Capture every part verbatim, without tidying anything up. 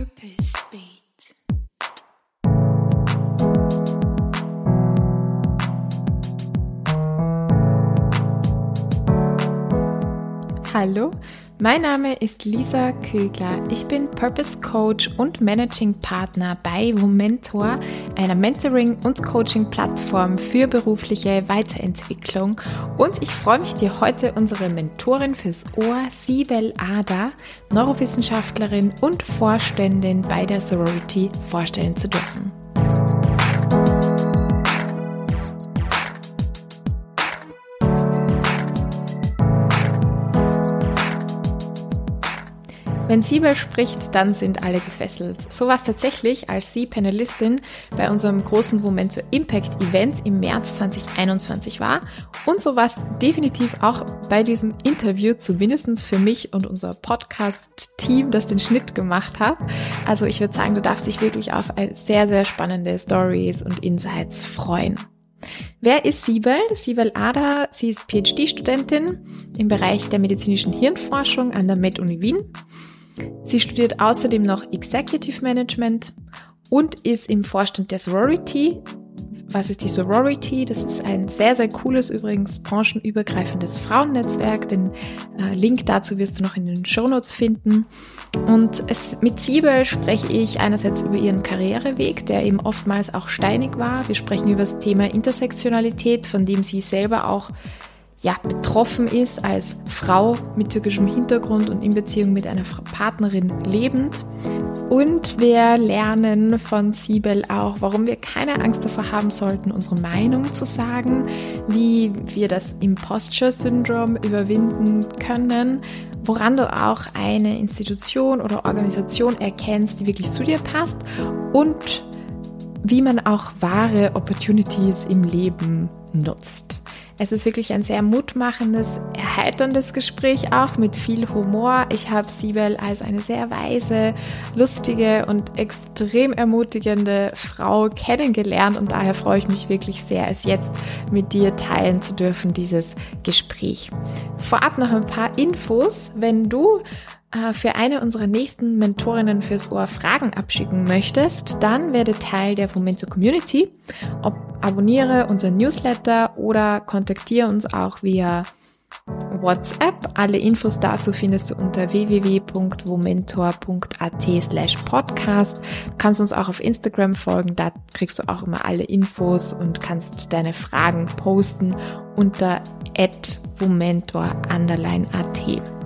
Purpose Beat. Hallo, mein Name ist Lisa Kögler. Ich bin Purpose Coach und Managing Partner bei Womentor, einer Mentoring- und Coaching-Plattform für berufliche Weiterentwicklung. Und ich freue mich, dir heute unsere Mentorin fürs Ohr, Sibel Ader, Neurowissenschaftlerin und Vorständin bei der Sorority, vorstellen zu dürfen. Wenn Sibel spricht, dann sind alle gefesselt. So war es tatsächlich, als sie Panelistin bei unserem großen Womentor Impact Event im März zwanzig einundzwanzig war. Und so war es definitiv auch bei diesem Interview, zumindest für mich und unser Podcast-Team, das den Schnitt gemacht hat. Also ich würde sagen, du darfst dich wirklich auf sehr, sehr spannende Stories und Insights freuen. Wer ist Sibel? Sibel Ader, sie ist P H D-Studentin im Bereich der medizinischen Hirnforschung an der Med-Uni Wien. Sie studiert außerdem noch Executive Management und ist im Vorstand der Sorority. Was ist die Sorority? Das ist ein sehr, sehr cooles, übrigens branchenübergreifendes Frauennetzwerk. Den äh, Link dazu wirst du noch in den Shownotes finden. Und es, mit Sibel spreche ich einerseits über ihren Karriereweg, der eben oftmals auch steinig war. Wir sprechen über das Thema Intersektionalität, von dem sie selber auch ja, betroffen ist als Frau mit türkischem Hintergrund und in Beziehung mit einer Partnerin lebend. Und wir lernen von Sibel auch, warum wir keine Angst davor haben sollten, unsere Meinung zu sagen, wie wir das Imposture-Syndrom überwinden können, woran du auch eine Institution oder Organisation erkennst, die wirklich zu dir passt und wie man auch wahre Opportunities im Leben nutzt. Es ist wirklich ein sehr mutmachendes, erheiterndes Gespräch, auch mit viel Humor. Ich habe Sibel als eine sehr weise, lustige und extrem ermutigende Frau kennengelernt und daher freue ich mich wirklich sehr, es jetzt mit dir teilen zu dürfen, dieses Gespräch. Vorab noch ein paar Infos. Wenn du für eine unserer nächsten Mentorinnen fürs Ohr Fragen abschicken möchtest, dann werde Teil der Womentor Community. Ob abonniere unseren Newsletter oder kontaktiere uns auch via WhatsApp. Alle Infos dazu findest du unter w w w punkt womentor punkt a t slash podcast. Du kannst uns auch auf Instagram folgen, da kriegst du auch immer alle Infos und kannst deine Fragen posten unter at womentor underline at.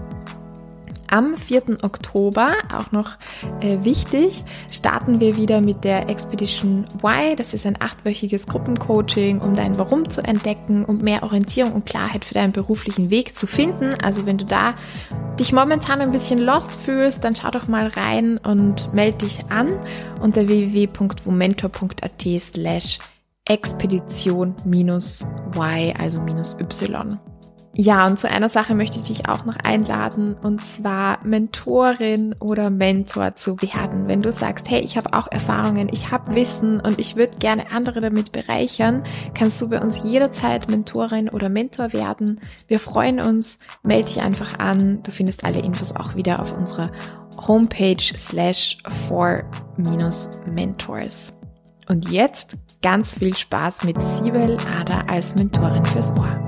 Am vierten Oktober, auch noch äh, wichtig, starten wir wieder mit der Expedition Y. Das ist ein achtwöchiges Gruppencoaching, um dein Warum zu entdecken, um mehr Orientierung und Klarheit für deinen beruflichen Weg zu finden. Also wenn du da dich momentan ein bisschen lost fühlst, dann schau doch mal rein und melde dich an unter w w w punkt womentor punkt a t slash expedition minus y, also minus y. Ja, und zu einer Sache möchte ich dich auch noch einladen, und zwar Mentorin oder Mentor zu werden. Wenn du sagst, hey, ich habe auch Erfahrungen, ich habe Wissen und ich würde gerne andere damit bereichern, kannst du bei uns jederzeit Mentorin oder Mentor werden. Wir freuen uns, melde dich einfach an. Du findest alle Infos auch wieder auf unserer Homepage slash for minus mentors. Und jetzt ganz viel Spaß mit Sibel Ader als Mentorin fürs Ohr.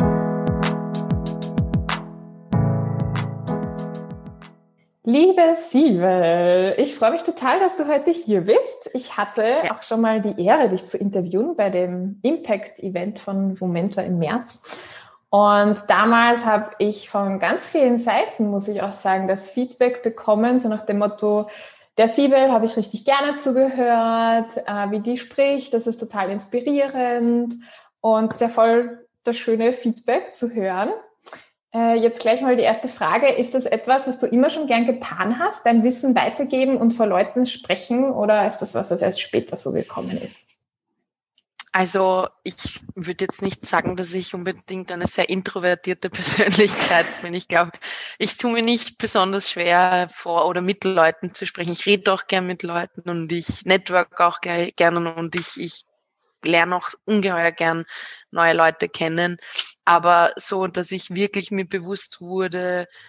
Liebe Sibel, ich freue mich total, dass du heute hier bist. Ich hatte ja auch schon mal die Ehre, dich zu interviewen bei dem Impact-Event von Womentor im März. Und damals habe ich von ganz vielen Seiten, muss ich auch sagen, das Feedback bekommen, so nach dem Motto, der Sibel habe ich richtig gerne zugehört, äh, wie die spricht, das ist total inspirierend und sehr voll das schöne Feedback zu hören. Jetzt gleich mal die erste Frage. Ist das etwas, was du immer schon gern getan hast, dein Wissen weitergeben und vor Leuten sprechen, oder ist das was, was erst später so gekommen ist? Also ich würde jetzt nicht sagen, dass ich unbedingt eine sehr introvertierte Persönlichkeit bin. Ich glaube, ich tue mir nicht besonders schwer, vor oder mit Leuten zu sprechen. Ich rede auch gern mit Leuten und ich network auch gerne und ich, ich lerne auch ungeheuer gern neue Leute kennen. Aber so, dass ich wirklich mir bewusst wurde,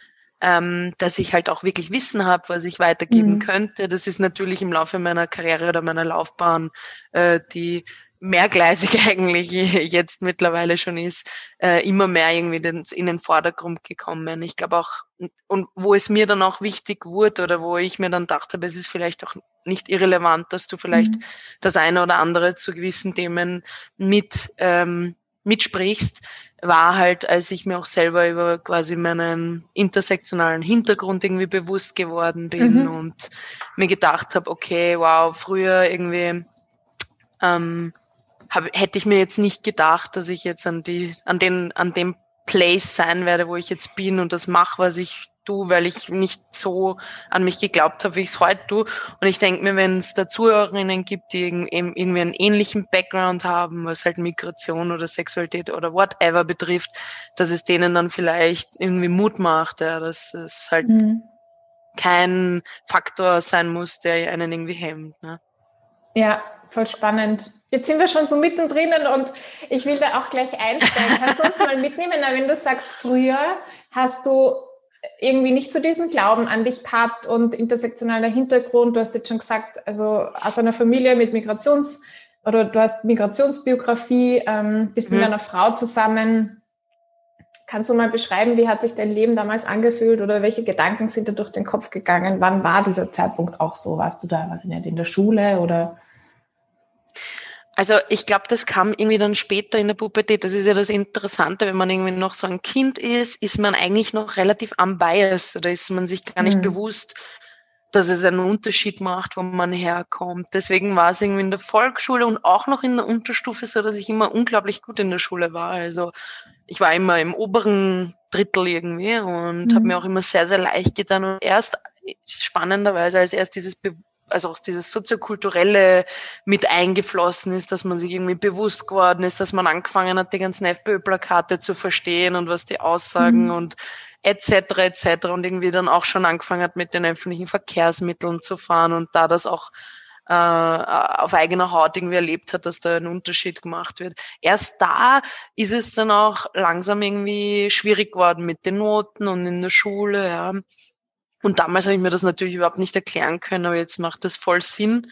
ähm, dass ich halt auch wirklich Wissen habe, was ich weitergeben Mhm. könnte. Das ist natürlich im Laufe meiner Karriere oder meiner Laufbahn, äh, die mehrgleisig eigentlich jetzt mittlerweile schon ist, äh, immer mehr irgendwie den, in den Vordergrund gekommen. Ich glaube auch, und wo es mir dann auch wichtig wurde oder wo ich mir dann dachte, es ist vielleicht auch nicht irrelevant, dass du vielleicht Mhm. das eine oder andere zu gewissen Themen mit ähm, mitsprichst, war halt, als ich mir auch selber über quasi meinen intersektionalen Hintergrund irgendwie bewusst geworden bin Mhm. und mir gedacht habe, okay, wow, früher irgendwie ähm, hab, hätte ich mir jetzt nicht gedacht, dass ich jetzt an die, an den, an dem Place sein werde, wo ich jetzt bin und das mache, was ich tue, weil ich nicht so an mich geglaubt habe, wie ich es heute tue. Und ich denke mir, wenn es da Zuhörerinnen gibt, die eben irgendwie einen ähnlichen Background haben, was halt Migration oder Sexualität oder whatever betrifft, dass es denen dann vielleicht irgendwie Mut macht, ja, dass es halt Mhm. kein Faktor sein muss, der einen irgendwie hemmt. Ne? Ja, voll spannend. Jetzt sind wir schon so mittendrin und ich will da auch gleich einsteigen. Kannst du uns mal mitnehmen, wenn du sagst, früher hast du irgendwie nicht so diesen Glauben an dich gehabt und intersektionaler Hintergrund. Du hast jetzt schon gesagt, also aus einer Familie mit Migrations- oder du hast Migrationsbiografie, ähm, bist Mhm. mit einer Frau zusammen. Kannst du mal beschreiben, wie hat sich dein Leben damals angefühlt oder welche Gedanken sind dir durch den Kopf gegangen? Wann war dieser Zeitpunkt auch so? Warst du da, weiß ich nicht, in der Schule oder? Also ich glaube, das kam irgendwie dann später in der Pubertät. Das ist ja das Interessante, wenn man irgendwie noch so ein Kind ist, ist man eigentlich noch relativ unbiased oder ist man sich gar nicht Hm. bewusst, dass es einen Unterschied macht, wo man herkommt. Deswegen war es irgendwie in der Volksschule und auch noch in der Unterstufe so, dass ich immer unglaublich gut in der Schule war. Also ich war immer im oberen Drittel irgendwie und habe mir auch Hm. immer sehr, sehr leicht getan. Und erst spannenderweise, als erst dieses Be also auch dieses soziokulturelle mit eingeflossen ist, dass man sich irgendwie bewusst geworden ist, dass man angefangen hat, die ganzen FPÖ-Plakate zu verstehen und was die aussagen Hm. und et cetera et cetera und irgendwie dann auch schon angefangen hat, mit den öffentlichen Verkehrsmitteln zu fahren und da das auch äh, auf eigener Haut irgendwie erlebt hat, dass da ein Unterschied gemacht wird. Erst da ist es dann auch langsam irgendwie schwierig geworden mit den Noten und in der Schule, ja. Und damals habe ich mir das natürlich überhaupt nicht erklären können, aber jetzt macht das voll Sinn.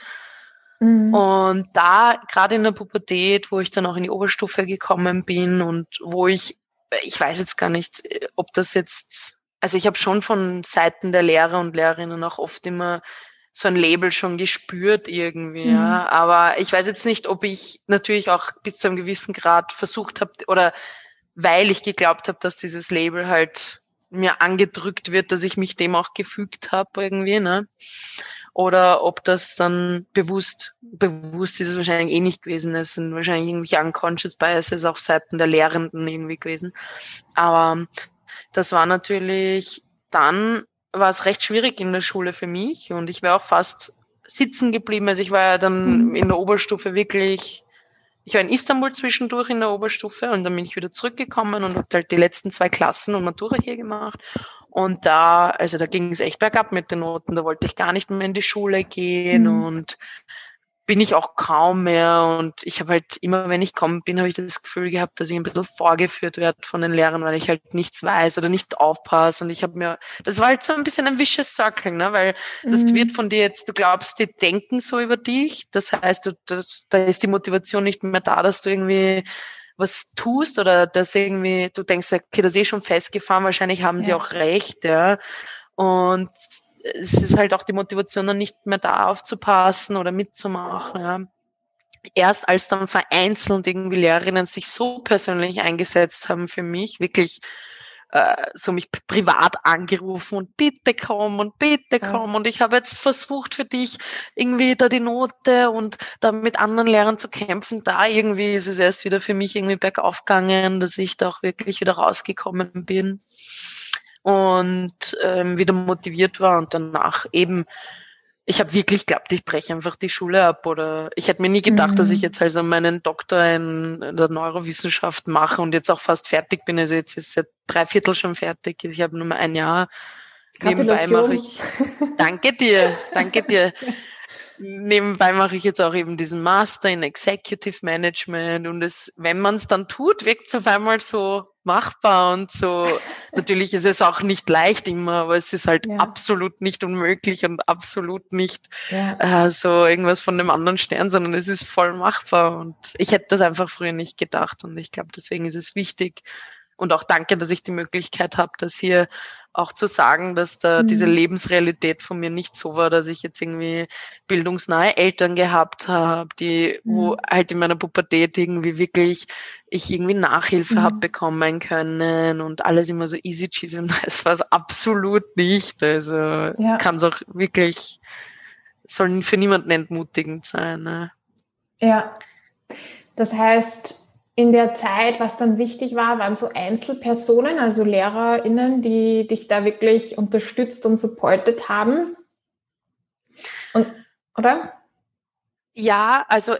Hm. Und da, gerade in der Pubertät, wo ich dann auch in die Oberstufe gekommen bin und wo ich, ich weiß jetzt gar nicht, ob das jetzt, also ich habe schon von Seiten der Lehrer und Lehrerinnen auch oft immer so ein Label schon gespürt irgendwie, Hm. ja. Aber ich weiß jetzt nicht, ob ich natürlich auch bis zu einem gewissen Grad versucht habe oder weil ich geglaubt habe, dass dieses Label halt mir angedrückt wird, dass ich mich dem auch gefügt habe irgendwie, ne? Oder ob das dann bewusst, bewusst ist es wahrscheinlich eh nicht gewesen. Es sind wahrscheinlich irgendwelche unconscious biases auf Seiten der Lehrenden irgendwie gewesen. Aber das war natürlich, dann war es recht schwierig in der Schule für mich und ich wäre auch fast sitzen geblieben. Also ich war ja dann in Hm. der Oberstufe wirklich, ich war in Istanbul zwischendurch in der Oberstufe und dann bin ich wieder zurückgekommen und habe halt die letzten zwei Klassen und Matura hier gemacht. Und da, also da ging es echt bergab mit den Noten. Da wollte ich gar nicht mehr in die Schule gehen Hm. und bin ich auch kaum mehr. Und ich habe halt immer, wenn ich gekommen bin, habe ich das Gefühl gehabt, dass ich ein bisschen vorgeführt werde von den Lehrern, weil ich halt nichts weiß oder nicht aufpasse. Und ich habe mir, das war halt so ein bisschen ein vicious circle, ne? Weil das wird Hm. von dir jetzt, du glaubst, die denken so über dich. Das heißt, du, das, da ist die Motivation nicht mehr da, dass du irgendwie was tust oder dass irgendwie, du denkst, okay, das ist eh schon festgefahren, wahrscheinlich haben sie Ja. auch recht, ja. Und es ist halt auch die Motivation, dann nicht mehr da aufzupassen oder mitzumachen, ja. Erst als dann vereinzelt irgendwie Lehrerinnen sich so persönlich eingesetzt haben für mich, wirklich äh, so mich privat angerufen und bitte komm und bitte komm Krass. und ich habe jetzt versucht für dich irgendwie da die Note und da mit anderen Lehrern zu kämpfen. Da irgendwie ist es erst wieder für mich irgendwie bergauf gegangen, dass ich da auch wirklich wieder rausgekommen bin und ähm, wieder motiviert war und danach eben, ich habe wirklich geglaubt, ich breche einfach die Schule ab oder ich hätte mir nie gedacht, dass ich Hm. jetzt also meinen Doktor in der Neurowissenschaft mache und jetzt auch fast fertig bin. Also jetzt ist seit drei Viertel schon fertig. Ich habe nur mal ein Jahr. Nebenbei mache Gratulation. ich, danke dir, danke dir. Nebenbei mache ich jetzt auch eben diesen Master in Executive Management und es, wenn man es dann tut, wirkt es auf einmal so, machbar und so. Natürlich ist es auch nicht leicht immer, aber es ist halt Ja. absolut nicht unmöglich und absolut nicht Ja. äh, so irgendwas von einem anderen Stern, sondern es ist voll machbar und ich hätte das einfach früher nicht gedacht und ich glaube, deswegen ist es wichtig und auch danke, dass ich die Möglichkeit habe, das hier auch zu sagen, dass da Mhm. diese Lebensrealität von mir nicht so war, dass ich jetzt irgendwie bildungsnahe Eltern gehabt habe, die, wo Mhm. halt in meiner Pubertät irgendwie wirklich ich irgendwie Nachhilfe Mhm. habe bekommen können und alles immer so easy cheesy und das war es absolut nicht. Also Ja. kann es auch wirklich, soll für niemanden entmutigend sein. Ne? Ja. Das heißt, in der Zeit, was dann wichtig war, waren so Einzelpersonen, also LehrerInnen, die dich da wirklich unterstützt und supportet haben. Und, oder? Ja, also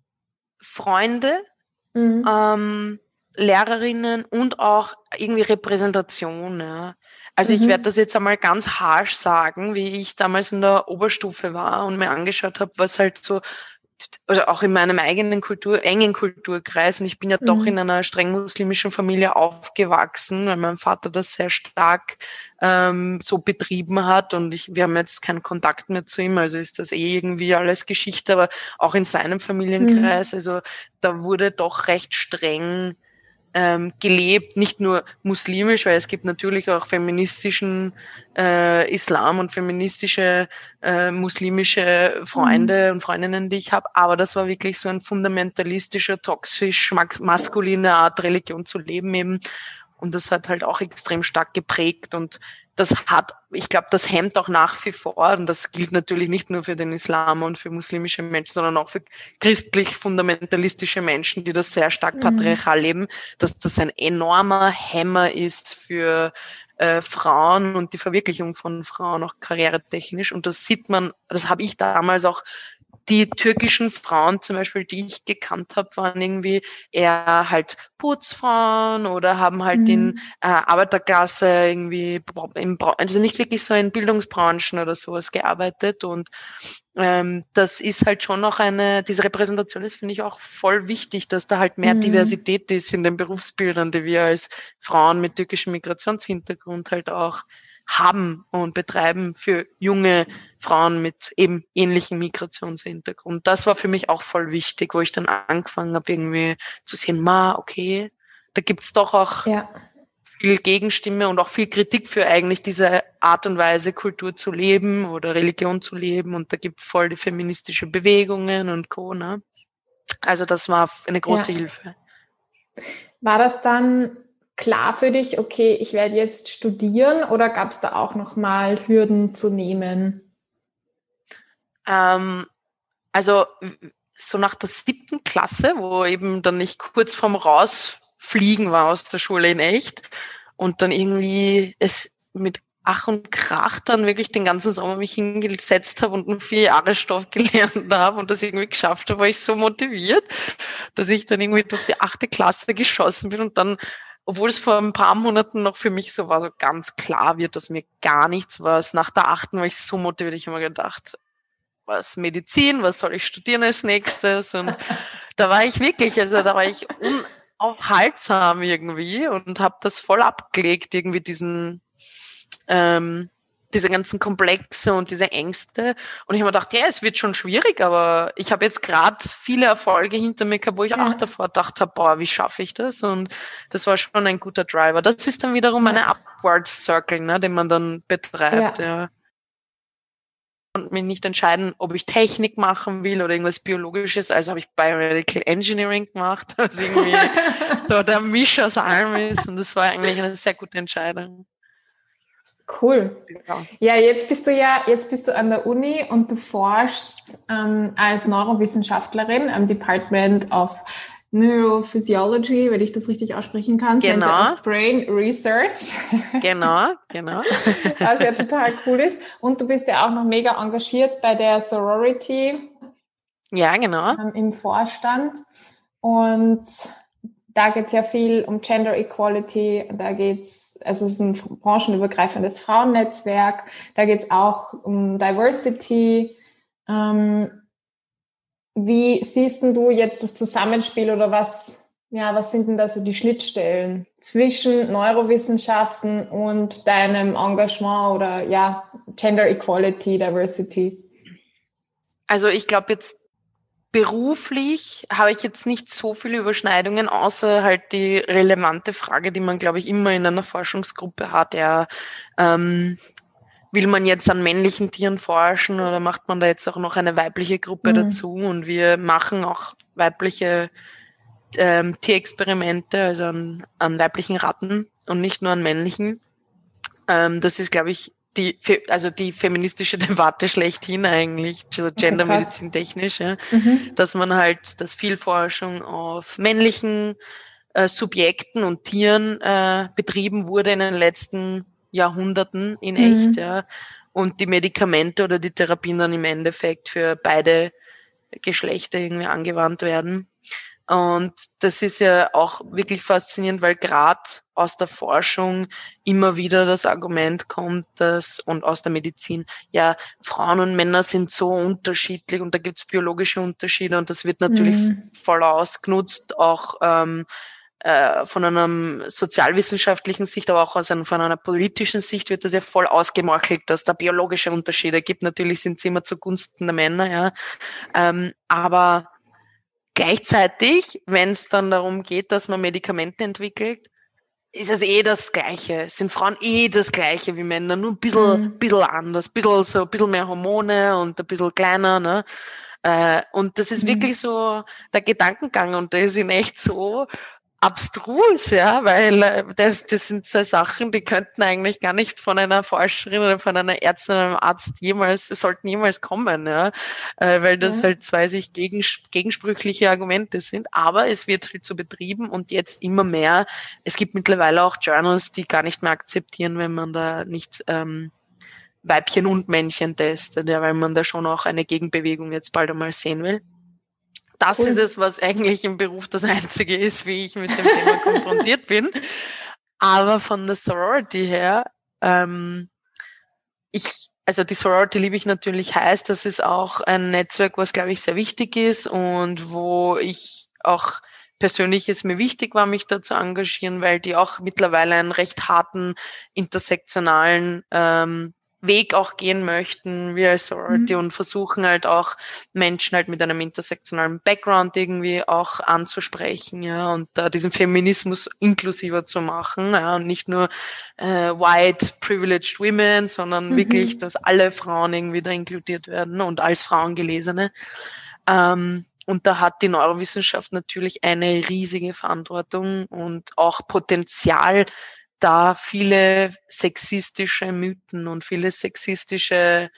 Freunde, Mhm. ähm, Lehrerinnen und auch irgendwie Repräsentation. Ja. Also ich werde Mhm. das jetzt einmal ganz harsch sagen, wie ich damals in der Oberstufe war und mir angeschaut habe, was halt so, also auch in meinem eigenen Kultur, engen Kulturkreis, und ich bin ja doch in Mhm. einer streng muslimischen Familie aufgewachsen, weil mein Vater das sehr stark ähm, so betrieben hat und ich, wir haben jetzt keinen Kontakt mehr zu ihm, also ist das eh irgendwie alles Geschichte, aber auch in seinem Familienkreis, Mhm. also da wurde doch recht streng ähm, gelebt, nicht nur muslimisch, weil es gibt natürlich auch feministischen äh, Islam und feministische äh, muslimische Freunde Mhm. und Freundinnen, die ich habe, aber das war wirklich so ein fundamentalistischer, toxisch maskuline Art, Religion zu leben eben. Und das hat halt auch extrem stark geprägt und das hat, ich glaube, das hemmt auch nach wie vor, und das gilt natürlich nicht nur für den Islam und für muslimische Menschen, sondern auch für christlich-fundamentalistische Menschen, die das sehr stark Mhm. patriarchal leben, dass das ein enormer Hämmer ist für äh, Frauen und die Verwirklichung von Frauen, auch karrieretechnisch. Und das sieht man, das habe ich damals auch, die türkischen Frauen zum Beispiel, die ich gekannt habe, waren irgendwie eher halt Putzfrauen oder haben halt in Mhm. äh, Arbeiterklasse irgendwie, im, also nicht wirklich so in Bildungsbranchen oder sowas gearbeitet und ähm, das ist halt schon noch eine, diese Repräsentation ist, finde ich, auch voll wichtig, dass da halt mehr Mhm. Diversität ist in den Berufsbildern, die wir als Frauen mit türkischem Migrationshintergrund halt auch haben und betreiben für junge Frauen mit eben ähnlichem Migrationshintergrund. Das war für mich auch voll wichtig, wo ich dann angefangen habe, irgendwie zu sehen, ma, okay, da gibt's doch auch Ja. viel Gegenstimme und auch viel Kritik für eigentlich diese Art und Weise, Kultur zu leben oder Religion zu leben. Und da gibt's voll die feministische Bewegungen und Co. Ne? Also das war eine große Ja. Hilfe. War das dann klar für dich, okay, ich werde jetzt studieren, oder gab es da auch noch mal Hürden zu nehmen? Ähm, also so nach der siebten Klasse, wo eben dann ich kurz vorm Rausfliegen war aus der Schule in echt und dann irgendwie es mit Ach und Krach dann wirklich den ganzen Sommer mich hingesetzt habe und einen vier Jahre Stoff gelernt habe und das irgendwie geschafft habe, war ich so motiviert, dass ich dann irgendwie durch die achte Klasse geschossen bin und dann, obwohl es vor ein paar Monaten noch für mich so war, so ganz klar wird, dass mir gar nichts was. Nach der achten war ich so motiviert, ich habe mir gedacht, was Medizin, was soll ich studieren als nächstes? Und da war ich wirklich, also da war ich unaufhaltsam irgendwie und habe das voll abgelegt, irgendwie diesen, ähm, diese ganzen Komplexe und diese Ängste. Und ich habe mir gedacht, ja, es wird schon schwierig, aber ich habe jetzt gerade viele Erfolge hinter mir gehabt, wo ich auch Ja. davor gedacht habe, boah, wie schaffe ich das? Und das war schon ein guter Driver. Das ist dann wiederum Ja. eine Upward Circle, ne, den man dann betreibt, Ja. ja. Und mich nicht entscheiden, ob ich Technik machen will oder irgendwas Biologisches. Also habe ich Biomedical Engineering gemacht, was irgendwie so der Misch aus allem ist. Und das war eigentlich eine sehr gute Entscheidung. Cool. Ja, Ja, jetzt bist du ja, jetzt bist du an der Uni und du forschst ähm, als Neurowissenschaftlerin am Department of Neurophysiology, wenn ich das richtig aussprechen kann, Center genau, of Brain Research, genau, genau. was ja total cool ist. Und du bist ja auch noch mega engagiert bei der Sorority Ja, genau. ähm, im Vorstand. Und da geht es ja viel um Gender Equality, da geht es, also es ist ein branchenübergreifendes Frauennetzwerk, da geht es auch um Diversity. Ähm, wie siehst denn du jetzt das Zusammenspiel oder was, Ja, was sind denn da so die Schnittstellen zwischen Neurowissenschaften und deinem Engagement oder ja, Gender Equality, Diversity? Also ich glaube jetzt beruflich habe ich jetzt nicht so viele Überschneidungen, außer halt die relevante Frage, die man, glaube ich, immer in einer Forschungsgruppe hat, ja, ähm, will man jetzt an männlichen Tieren forschen oder macht man da jetzt auch noch eine weibliche Gruppe Mhm. dazu? Und wir machen auch weibliche ähm, Tierexperimente, also an, an weiblichen Ratten und nicht nur an männlichen. Ähm, das ist, glaube ich, die, also die feministische Debatte schlechthin eigentlich, also Gendermedizin technisch, ja, Mhm. dass man halt, dass viel Forschung auf männlichen äh, Subjekten und Tieren äh, betrieben wurde in den letzten Jahrhunderten in echt, Mhm. ja, und die Medikamente oder die Therapien dann im Endeffekt für beide Geschlechter irgendwie angewandt werden. Und das ist ja auch wirklich faszinierend, weil gerade aus der Forschung immer wieder das Argument kommt, dass, und aus der Medizin, ja, Frauen und Männer sind so unterschiedlich und da gibt es biologische Unterschiede und das wird natürlich Mhm. voll ausgenutzt, auch ähm, äh, von einer sozialwissenschaftlichen Sicht, aber auch aus einer, von einer politischen Sicht wird das ja voll ausgemachelt, dass da biologische Unterschiede gibt. Natürlich sind sie immer zugunsten der Männer, ja. Ähm, aber gleichzeitig, wenn es dann darum geht, dass man Medikamente entwickelt, ist es eh das Gleiche. Sind Frauen eh das Gleiche wie Männer, nur ein bisschen, Mhm. bisschen anders, bisschen so, ein bisschen mehr Hormone und ein bisschen kleiner, ne? Äh, und das ist Mhm. wirklich so der Gedankengang und der ist in echt so abstrus, ja, weil äh, das, das sind so Sachen, die könnten eigentlich gar nicht von einer Forscherin oder von einer Ärztin oder einem Arzt jemals, sollten jemals kommen, ja, äh, weil das Ja. halt zwei sich gegen, gegensprüchliche Argumente sind, aber es wird halt so betrieben und jetzt immer mehr. Es gibt mittlerweile auch Journals, die gar nicht mehr akzeptieren, wenn man da nicht ähm, Weibchen und Männchen testet, ja, weil man da schon auch eine Gegenbewegung jetzt bald einmal sehen will. Das Cool. ist es, was eigentlich im Beruf das Einzige ist, wie ich mit dem Thema konfrontiert bin. Aber von der Sorority her, ähm, ich, also die Sorority liebe ich natürlich heiß. Das ist auch ein Netzwerk, was, glaube ich, sehr wichtig ist und wo ich auch persönlich es mir wichtig war, mich da zu engagieren, weil die auch mittlerweile einen recht harten intersektionalen ähm, Weg auch gehen möchten, wir als Sorority Mhm. und versuchen halt auch Menschen halt mit einem intersektionalen Background irgendwie auch anzusprechen, ja, und da diesen Feminismus inklusiver zu machen, ja, und nicht nur äh, white privileged women, sondern wirklich, Mhm. dass alle Frauen irgendwie da inkludiert werden und als Frauen gelesene. Ähm, und da hat die Neurowissenschaft natürlich eine riesige Verantwortung und auch Potenzial, da viele sexistische Mythen und viele sexistische,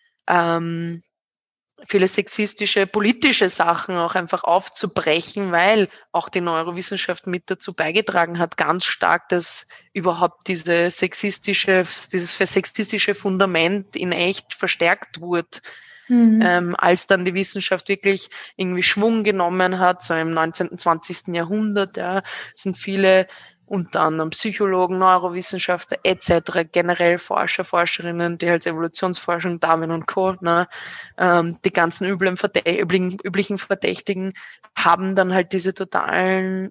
ähm, viele sexistische politische Sachen auch einfach aufzubrechen, weil auch die Neurowissenschaft mit dazu beigetragen hat, ganz stark, dass überhaupt diese sexistische, dieses sexistische Fundament in echt verstärkt wurde. Mhm. Ähm, als dann die Wissenschaft wirklich irgendwie Schwung genommen hat, so im neunzehnten, zwanzigsten Jahrhundert, ja, sind viele unter anderem Psychologen, Neurowissenschaftler et cetera, generell Forscher, Forscherinnen, die halt Evolutionsforschung, Darwin und Co., ne, ähm, die ganzen üblen, üblichen, üblichen Verdächtigen haben dann halt diese totalen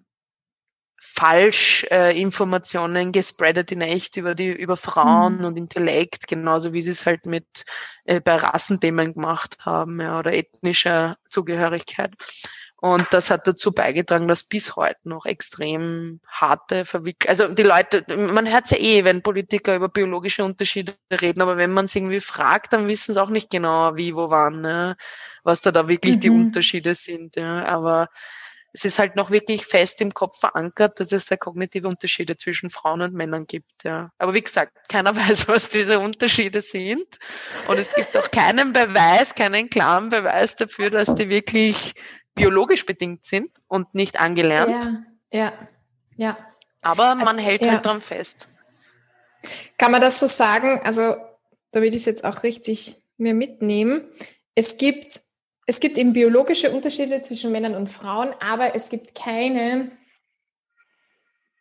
Falschinformationen äh, gespreadet in echt über die über Frauen Mhm. und Intellekt, genauso wie sie es halt mit äh, bei Rassenthemen gemacht haben, ja, oder ethnischer Zugehörigkeit. Und das hat dazu beigetragen, dass bis heute noch extrem harte Verwicklungen, also die Leute, man hört es ja eh, wenn Politiker über biologische Unterschiede reden, aber wenn man es irgendwie fragt, dann wissen sie auch nicht genau, wie, wo, wann, ne, was da da wirklich die Mhm. Unterschiede sind. Ja. Aber es ist halt noch wirklich fest im Kopf verankert, dass es sehr kognitive Unterschiede zwischen Frauen und Männern gibt. Ja. Aber wie gesagt, keiner weiß, was diese Unterschiede sind. Und es gibt auch keinen Beweis, keinen klaren Beweis dafür, dass die wirklich biologisch bedingt sind und nicht angelernt. Ja, ja, ja. Aber Also, man hält ja. halt dran fest. Kann man das so sagen? Also, damit ich es jetzt auch richtig mir mitnehmen. Es gibt, es gibt eben biologische Unterschiede zwischen Männern und Frauen, aber es gibt keine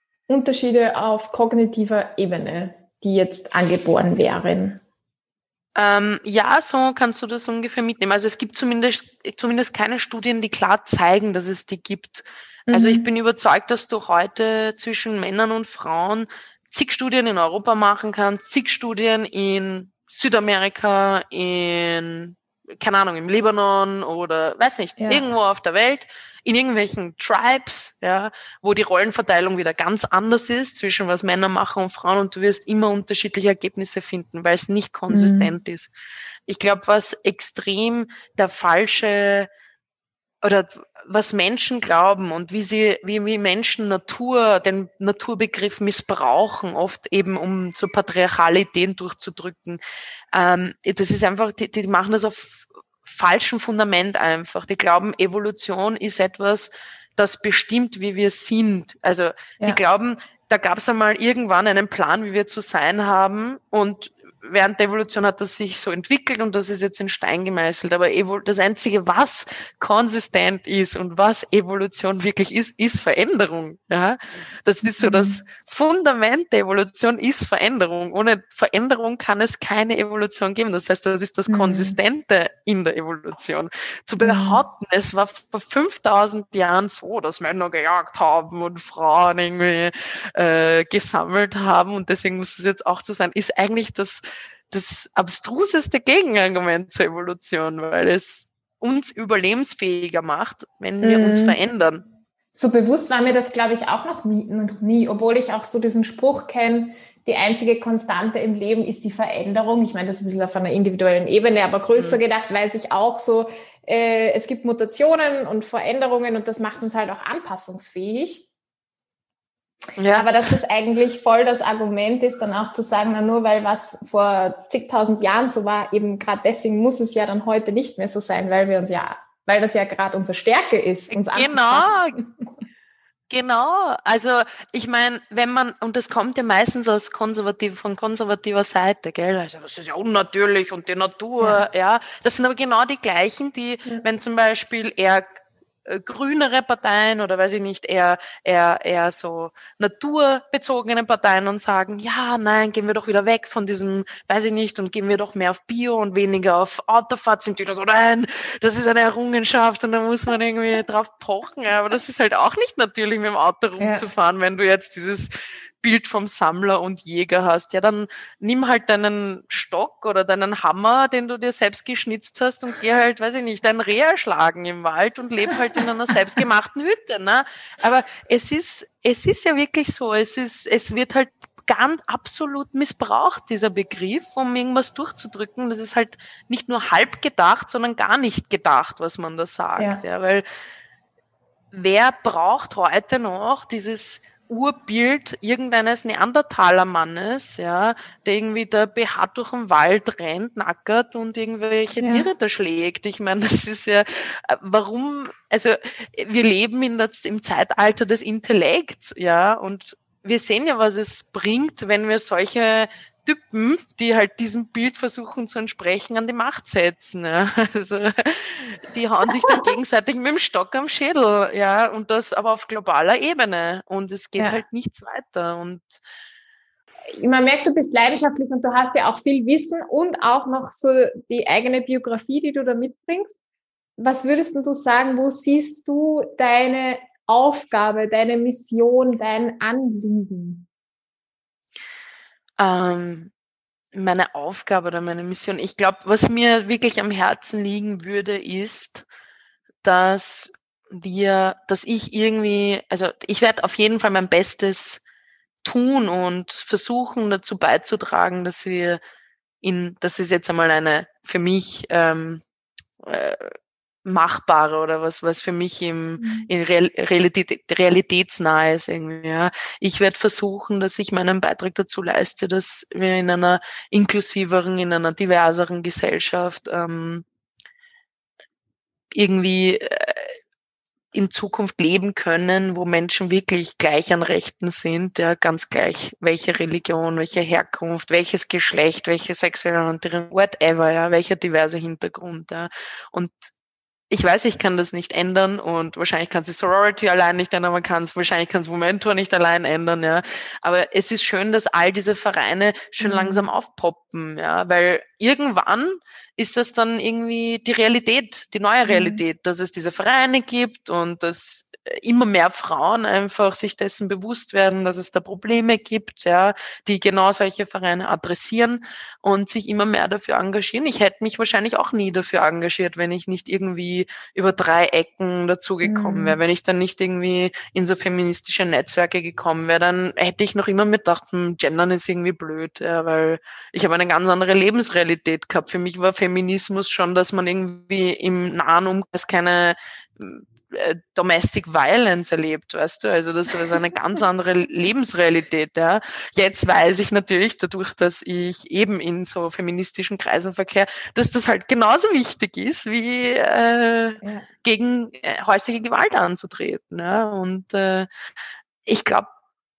Unterschiede auf kognitiver Ebene, die jetzt angeboren wären. Ähm, ja, so kannst du das ungefähr mitnehmen. Also es gibt zumindest, zumindest keine Studien, die klar zeigen, dass es die gibt. Also ich Mhm. bin überzeugt, dass du heute zwischen Männern und Frauen zig Studien in Europa machen kannst, zig Studien in Südamerika, in, keine Ahnung, im Libanon oder weiß nicht, Ja. irgendwo auf der Welt, in irgendwelchen Tribes, ja, wo die Rollenverteilung wieder ganz anders ist zwischen was Männer machen und Frauen, und du wirst immer unterschiedliche Ergebnisse finden, weil es nicht Mhm. konsistent ist. Ich glaube, was extrem der falsche oder was Menschen glauben und wie sie, wie, wie Menschen Natur, den Naturbegriff missbrauchen, oft eben um so patriarchale Ideen durchzudrücken. Ähm, das ist einfach, die, die machen das auf falschem Fundament einfach. Die glauben, Evolution ist etwas, das bestimmt, wie wir sind. Also die Ja. glauben, da gab es einmal irgendwann einen Plan, wie wir zu sein haben, und während der Evolution hat das sich so entwickelt und das ist jetzt in Stein gemeißelt. Aber das Einzige, was konsistent ist und was Evolution wirklich ist, ist Veränderung. Ja? Das ist so das Mhm. Fundament der Evolution, ist Veränderung. Ohne Veränderung kann es keine Evolution geben. Das heißt, das ist das Mhm. Konsistente in der Evolution. Zu Mhm. behaupten, es war vor fünftausend Jahren so, dass Männer gejagt haben und Frauen irgendwie äh, gesammelt haben und deswegen muss es jetzt auch so sein, ist eigentlich das das abstruseste Gegenargument zur Evolution, weil es uns überlebensfähiger macht, wenn wir uns Mhm. verändern. So bewusst war mir das, glaube ich, auch noch nie, noch nie, obwohl ich auch so diesen Spruch kenne, die einzige Konstante im Leben ist die Veränderung. Ich meine, das ist ein bisschen auf einer individuellen Ebene, aber größer Mhm. gedacht weiß ich auch so, äh, es gibt Mutationen und Veränderungen und das macht uns halt auch anpassungsfähig. Ja. Aber dass das eigentlich voll das Argument ist, dann auch zu sagen, na nur weil was vor zigtausend Jahren so war, eben gerade deswegen muss es ja dann heute nicht mehr so sein, weil wir uns ja, weil das ja gerade unsere Stärke ist, uns Genau, anzupassen. genau. Also ich meine, wenn man, und das kommt ja meistens aus konservativ, von konservativer Seite, gell? Also das ist ja unnatürlich und die Natur, Ja. ja. Das sind aber genau die gleichen, die, Ja. wenn zum Beispiel eher äh, grünere Parteien oder weiß ich nicht, eher, eher, eher so naturbezogene Parteien und sagen, ja, nein, gehen wir doch wieder weg von diesem, weiß ich nicht, und gehen wir doch mehr auf Bio und weniger auf Autofahrt, sind die da so, nein, das ist eine Errungenschaft und da muss man irgendwie drauf pochen. Aber das ist halt auch nicht natürlich, mit dem Auto Ja. rumzufahren, wenn du jetzt dieses Bild vom Sammler und Jäger hast. Ja, dann nimm halt deinen Stock oder deinen Hammer, den du dir selbst geschnitzt hast, und geh halt, weiß ich nicht, ein Reh erschlagen im Wald und leb halt in einer selbstgemachten Hütte. Ne? Aber es ist, es ist ja wirklich so, es ist, es wird halt ganz absolut missbraucht, dieser Begriff, um irgendwas durchzudrücken. Das ist halt nicht nur halb gedacht, sondern gar nicht gedacht, was man da sagt. Ja. Ja, weil wer braucht heute noch dieses Urbild irgendeines Neandertalermannes, ja, der irgendwie da behaart durch den Wald rennt, nackert und irgendwelche Ja. Tiere da schlägt. Ich meine, das ist ja, warum, also wir leben in das, im Zeitalter des Intellekts, ja, und wir sehen ja, was es bringt, wenn wir solche Typen, die halt diesem Bild versuchen zu entsprechen, an die Macht setzen. Ja. Also die hauen sich dann gegenseitig mit dem Stock am Schädel, ja, und das aber auf globaler Ebene. Und es geht Ja. halt nichts weiter. Und Man merkt, du bist leidenschaftlich und du hast ja auch viel Wissen und auch noch so die eigene Biografie, die du da mitbringst. Was würdest du sagen, wo siehst du deine Aufgabe, deine Mission, dein Anliegen? ähm, meine Aufgabe oder meine Mission, ich glaube, was mir wirklich am Herzen liegen würde, ist, dass wir, dass ich irgendwie, also ich werde auf jeden Fall mein Bestes tun und versuchen dazu beizutragen, dass wir in, das ist jetzt einmal eine für mich ähm, äh, machbare oder was, was für mich im, in Real, Realität, realitätsnah ist irgendwie. Ja. Ich werde versuchen, dass ich meinen Beitrag dazu leiste, dass wir in einer inklusiveren, in einer diverseren Gesellschaft ähm, irgendwie äh, in Zukunft leben können, wo Menschen wirklich gleich an Rechten sind, ja, ganz gleich, welche Religion, welche Herkunft, welches Geschlecht, welche sexuelle Orientierung, whatever, ja, welcher diverse Hintergrund, ja. Und ich weiß, ich kann das nicht ändern und wahrscheinlich kann es die Sorority allein nicht ändern, man kann es, wahrscheinlich kann es Momentor nicht allein ändern, ja. Aber es ist schön, dass all diese Vereine schon Mhm. langsam aufpoppen, ja, weil irgendwann ist das dann irgendwie die Realität, die neue Mhm. Realität, dass es diese Vereine gibt und dass immer mehr Frauen einfach sich dessen bewusst werden, dass es da Probleme gibt, ja, die genau solche Vereine adressieren und sich immer mehr dafür engagieren. Ich hätte mich wahrscheinlich auch nie dafür engagiert, wenn ich nicht irgendwie über drei Ecken dazugekommen wäre, Mhm. wenn ich dann nicht irgendwie in so feministische Netzwerke gekommen wäre, dann hätte ich noch immer mit gedacht, hm, Gendern ist irgendwie blöd, ja, weil ich habe eine ganz andere Lebensrealität gehabt. Für mich war Feminismus schon, dass man irgendwie im nahen Umkreis keine äh, Domestic Violence erlebt, weißt du? Also das ist eine ganz andere Lebensrealität, ja. Jetzt weiß ich natürlich dadurch, dass ich eben in so feministischen Kreisen verkehre, dass das halt genauso wichtig ist, wie äh, Ja. gegen äh, häusliche Gewalt anzutreten, ja. Und äh, ich glaube,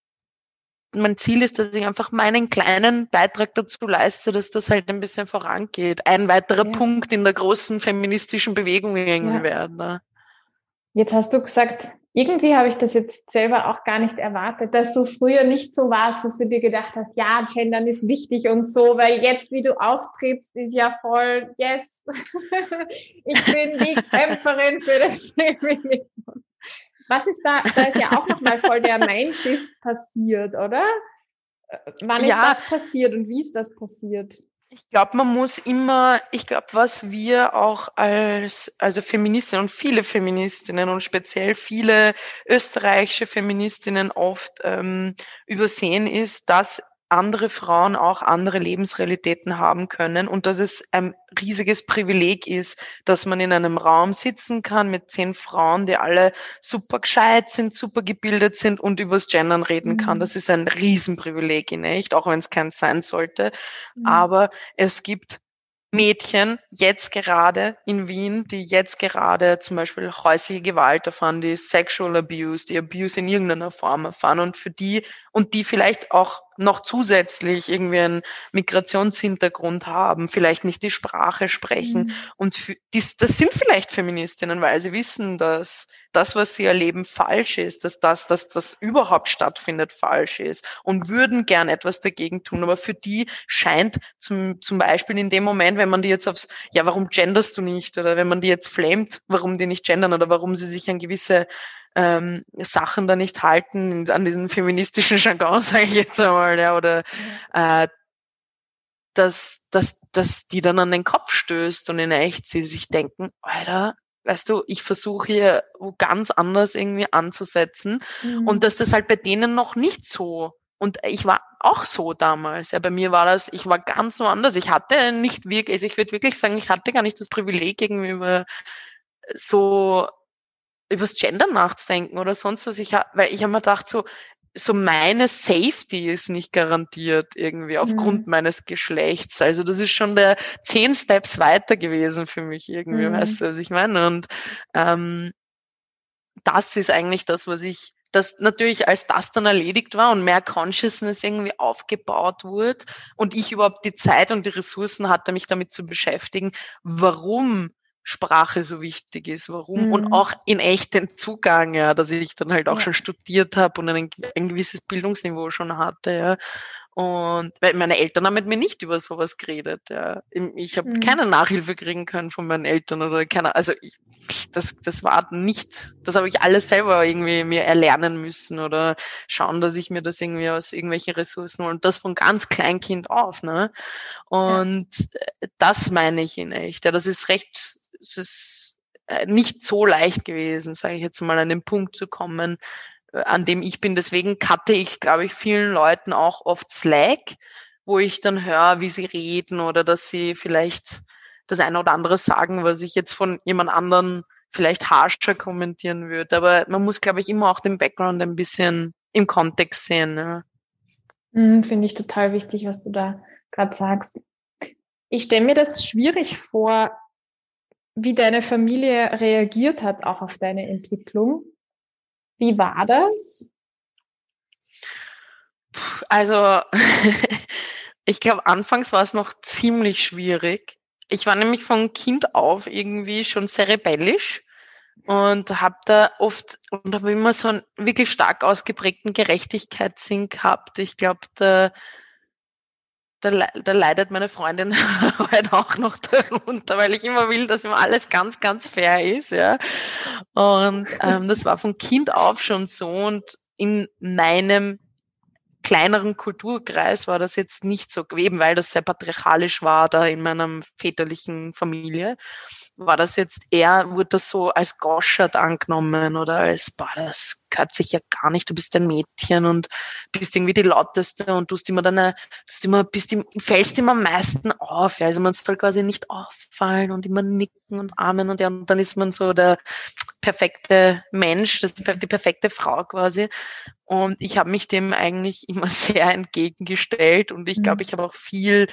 mein Ziel ist, dass ich einfach meinen kleinen Beitrag dazu leiste, dass das halt ein bisschen vorangeht. Ein weiterer Ja. Punkt in der großen feministischen Bewegung irgendwie Ja. werden. Ne? Jetzt hast du gesagt, irgendwie habe ich das jetzt selber auch gar nicht erwartet, dass du früher nicht so warst, dass du dir gedacht hast, ja, Gendern ist wichtig und so, weil jetzt, wie du auftrittst, ist ja voll, yes, ich bin die Kämpferin für den Feminismus. Was ist da, da ist ja auch nochmal voll der Mindshift passiert, oder? Wann ist Ja, das passiert und wie ist das passiert? ich glaube, man muss immer, ich glaube, was wir auch als, also Feministinnen und viele Feministinnen und speziell viele österreichische Feministinnen oft ähm, übersehen, ist, dass andere Frauen auch andere Lebensrealitäten haben können und dass es ein riesiges Privileg ist, dass man in einem Raum sitzen kann mit zehn Frauen, die alle super gescheit sind, super gebildet sind und übers Gendern reden kann. Das Mhm. ist ein Riesenprivileg in echt, auch wenn es keins sein sollte. Mhm. Aber es gibt Mädchen jetzt gerade in Wien, die jetzt gerade zum Beispiel häusliche Gewalt erfahren, die Sexual Abuse, die Abuse in irgendeiner Form erfahren und für die und die vielleicht auch noch zusätzlich irgendwie einen Migrationshintergrund haben, vielleicht nicht die Sprache sprechen Mhm. und für, dies, das sind vielleicht Feministinnen, weil sie wissen, dass das, was sie erleben, falsch ist, dass das, dass das überhaupt stattfindet, falsch ist und würden gern etwas dagegen tun. Aber für die scheint zum, zum Beispiel in dem Moment, wenn man die jetzt aufs, ja, warum genderst du nicht? Oder wenn man die jetzt flamet, warum die nicht gendern oder warum sie sich an gewisse ähm, Sachen da nicht halten, an diesen feministischen Jargon, sage ich jetzt einmal, ja, oder Ja. äh, dass, dass, dass die dann an den Kopf stößt und in echt sie sich denken, Alter, weißt du, ich versuche hier wo ganz anders irgendwie anzusetzen und Mhm. dass das halt bei denen noch nicht so und ich war auch so damals. Ja, bei mir war das, ich war ganz woanders. Ich hatte nicht wirklich, also ich würde wirklich sagen, ich hatte gar nicht das Privileg, irgendwie über so übers Gender nachzudenken oder sonst was. Ich hab, weil ich habe mir gedacht, so, so meine Safety ist nicht garantiert irgendwie aufgrund Mhm. meines Geschlechts. Also das ist schon der zehn Steps weiter gewesen für mich irgendwie, weißt du, Mhm. was ich meine? Und ähm, das ist eigentlich das, was ich, das natürlich als das dann erledigt war und mehr Consciousness irgendwie aufgebaut wurde und ich überhaupt die Zeit und die Ressourcen hatte, mich damit zu beschäftigen, warum Sprache so wichtig ist, warum und Mhm. auch in echt den Zugang, ja, dass ich dann halt auch Ja. schon studiert habe und ein, ein gewisses Bildungsniveau schon hatte, ja. Und weil meine Eltern haben mit mir nicht über sowas geredet, ja. Ich habe Mhm. keine Nachhilfe kriegen können von meinen Eltern oder keine, also ich, das, das war nicht, das habe ich alles selber irgendwie mir erlernen müssen oder schauen, dass ich mir das irgendwie aus irgendwelchen Ressourcen hole und das von ganz Kleinkind auf, ne? Ja. Und das meine ich in echt. Ja, das ist recht, es ist nicht so leicht gewesen, sage ich jetzt mal, an den Punkt zu kommen, an dem ich bin. Deswegen cutte ich, glaube ich, vielen Leuten auch oft Slack, wo ich dann höre, wie sie reden oder dass sie vielleicht das eine oder andere sagen, was ich jetzt von jemand anderen vielleicht harscher kommentieren würde. Aber man muss, glaube ich, immer auch den Background ein bisschen im Kontext sehen. Ja. Mhm. Finde ich total wichtig, was du da gerade sagst. Ich stelle mir das schwierig vor, wie deine Familie reagiert hat, auch auf deine Entwicklung. Wie war das? Also ich glaube, anfangs war es noch ziemlich schwierig. Ich war nämlich von Kind auf irgendwie schon sehr rebellisch und habe da oft und habe immer so einen wirklich stark ausgeprägten Gerechtigkeitssinn gehabt. Ich glaube, da, da, da leidet meine Freundin halt auch noch darunter, weil ich immer will, dass immer alles ganz, ganz fair ist. Ja. Und ähm, das war von Kind auf schon so und in meinem kleineren Kulturkreis war das jetzt nicht so, eben weil das sehr patriarchalisch war, da in meiner väterlichen Familie, war das jetzt eher, wurde das so als Goschert angenommen oder als, boah, das gehört sich ja gar nicht, du bist ein Mädchen und bist irgendwie die Lauteste und tust immer deine, tust immer, bist im, fällst immer am meisten auf, ja, also man soll quasi nicht auffallen und immer nicken und armen und ja, und dann ist man so der perfekte Mensch, das ist die perfekte Frau quasi. Und ich habe mich dem eigentlich immer sehr entgegengestellt und ich glaube, ich habe auch viel,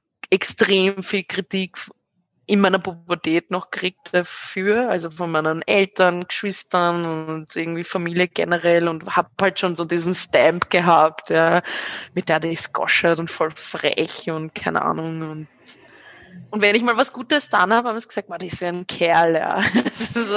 extrem viel Kritik in meiner Pubertät noch gekriegt dafür, also von meinen Eltern, Geschwistern und irgendwie Familie generell und habe halt schon so diesen Stamp gehabt, ja, mit der die ist goschert und voll frech und keine Ahnung und Und wenn ich mal was Gutes getan habe, haben sie gesagt, das wäre ein Kerl, ja. Das, ist,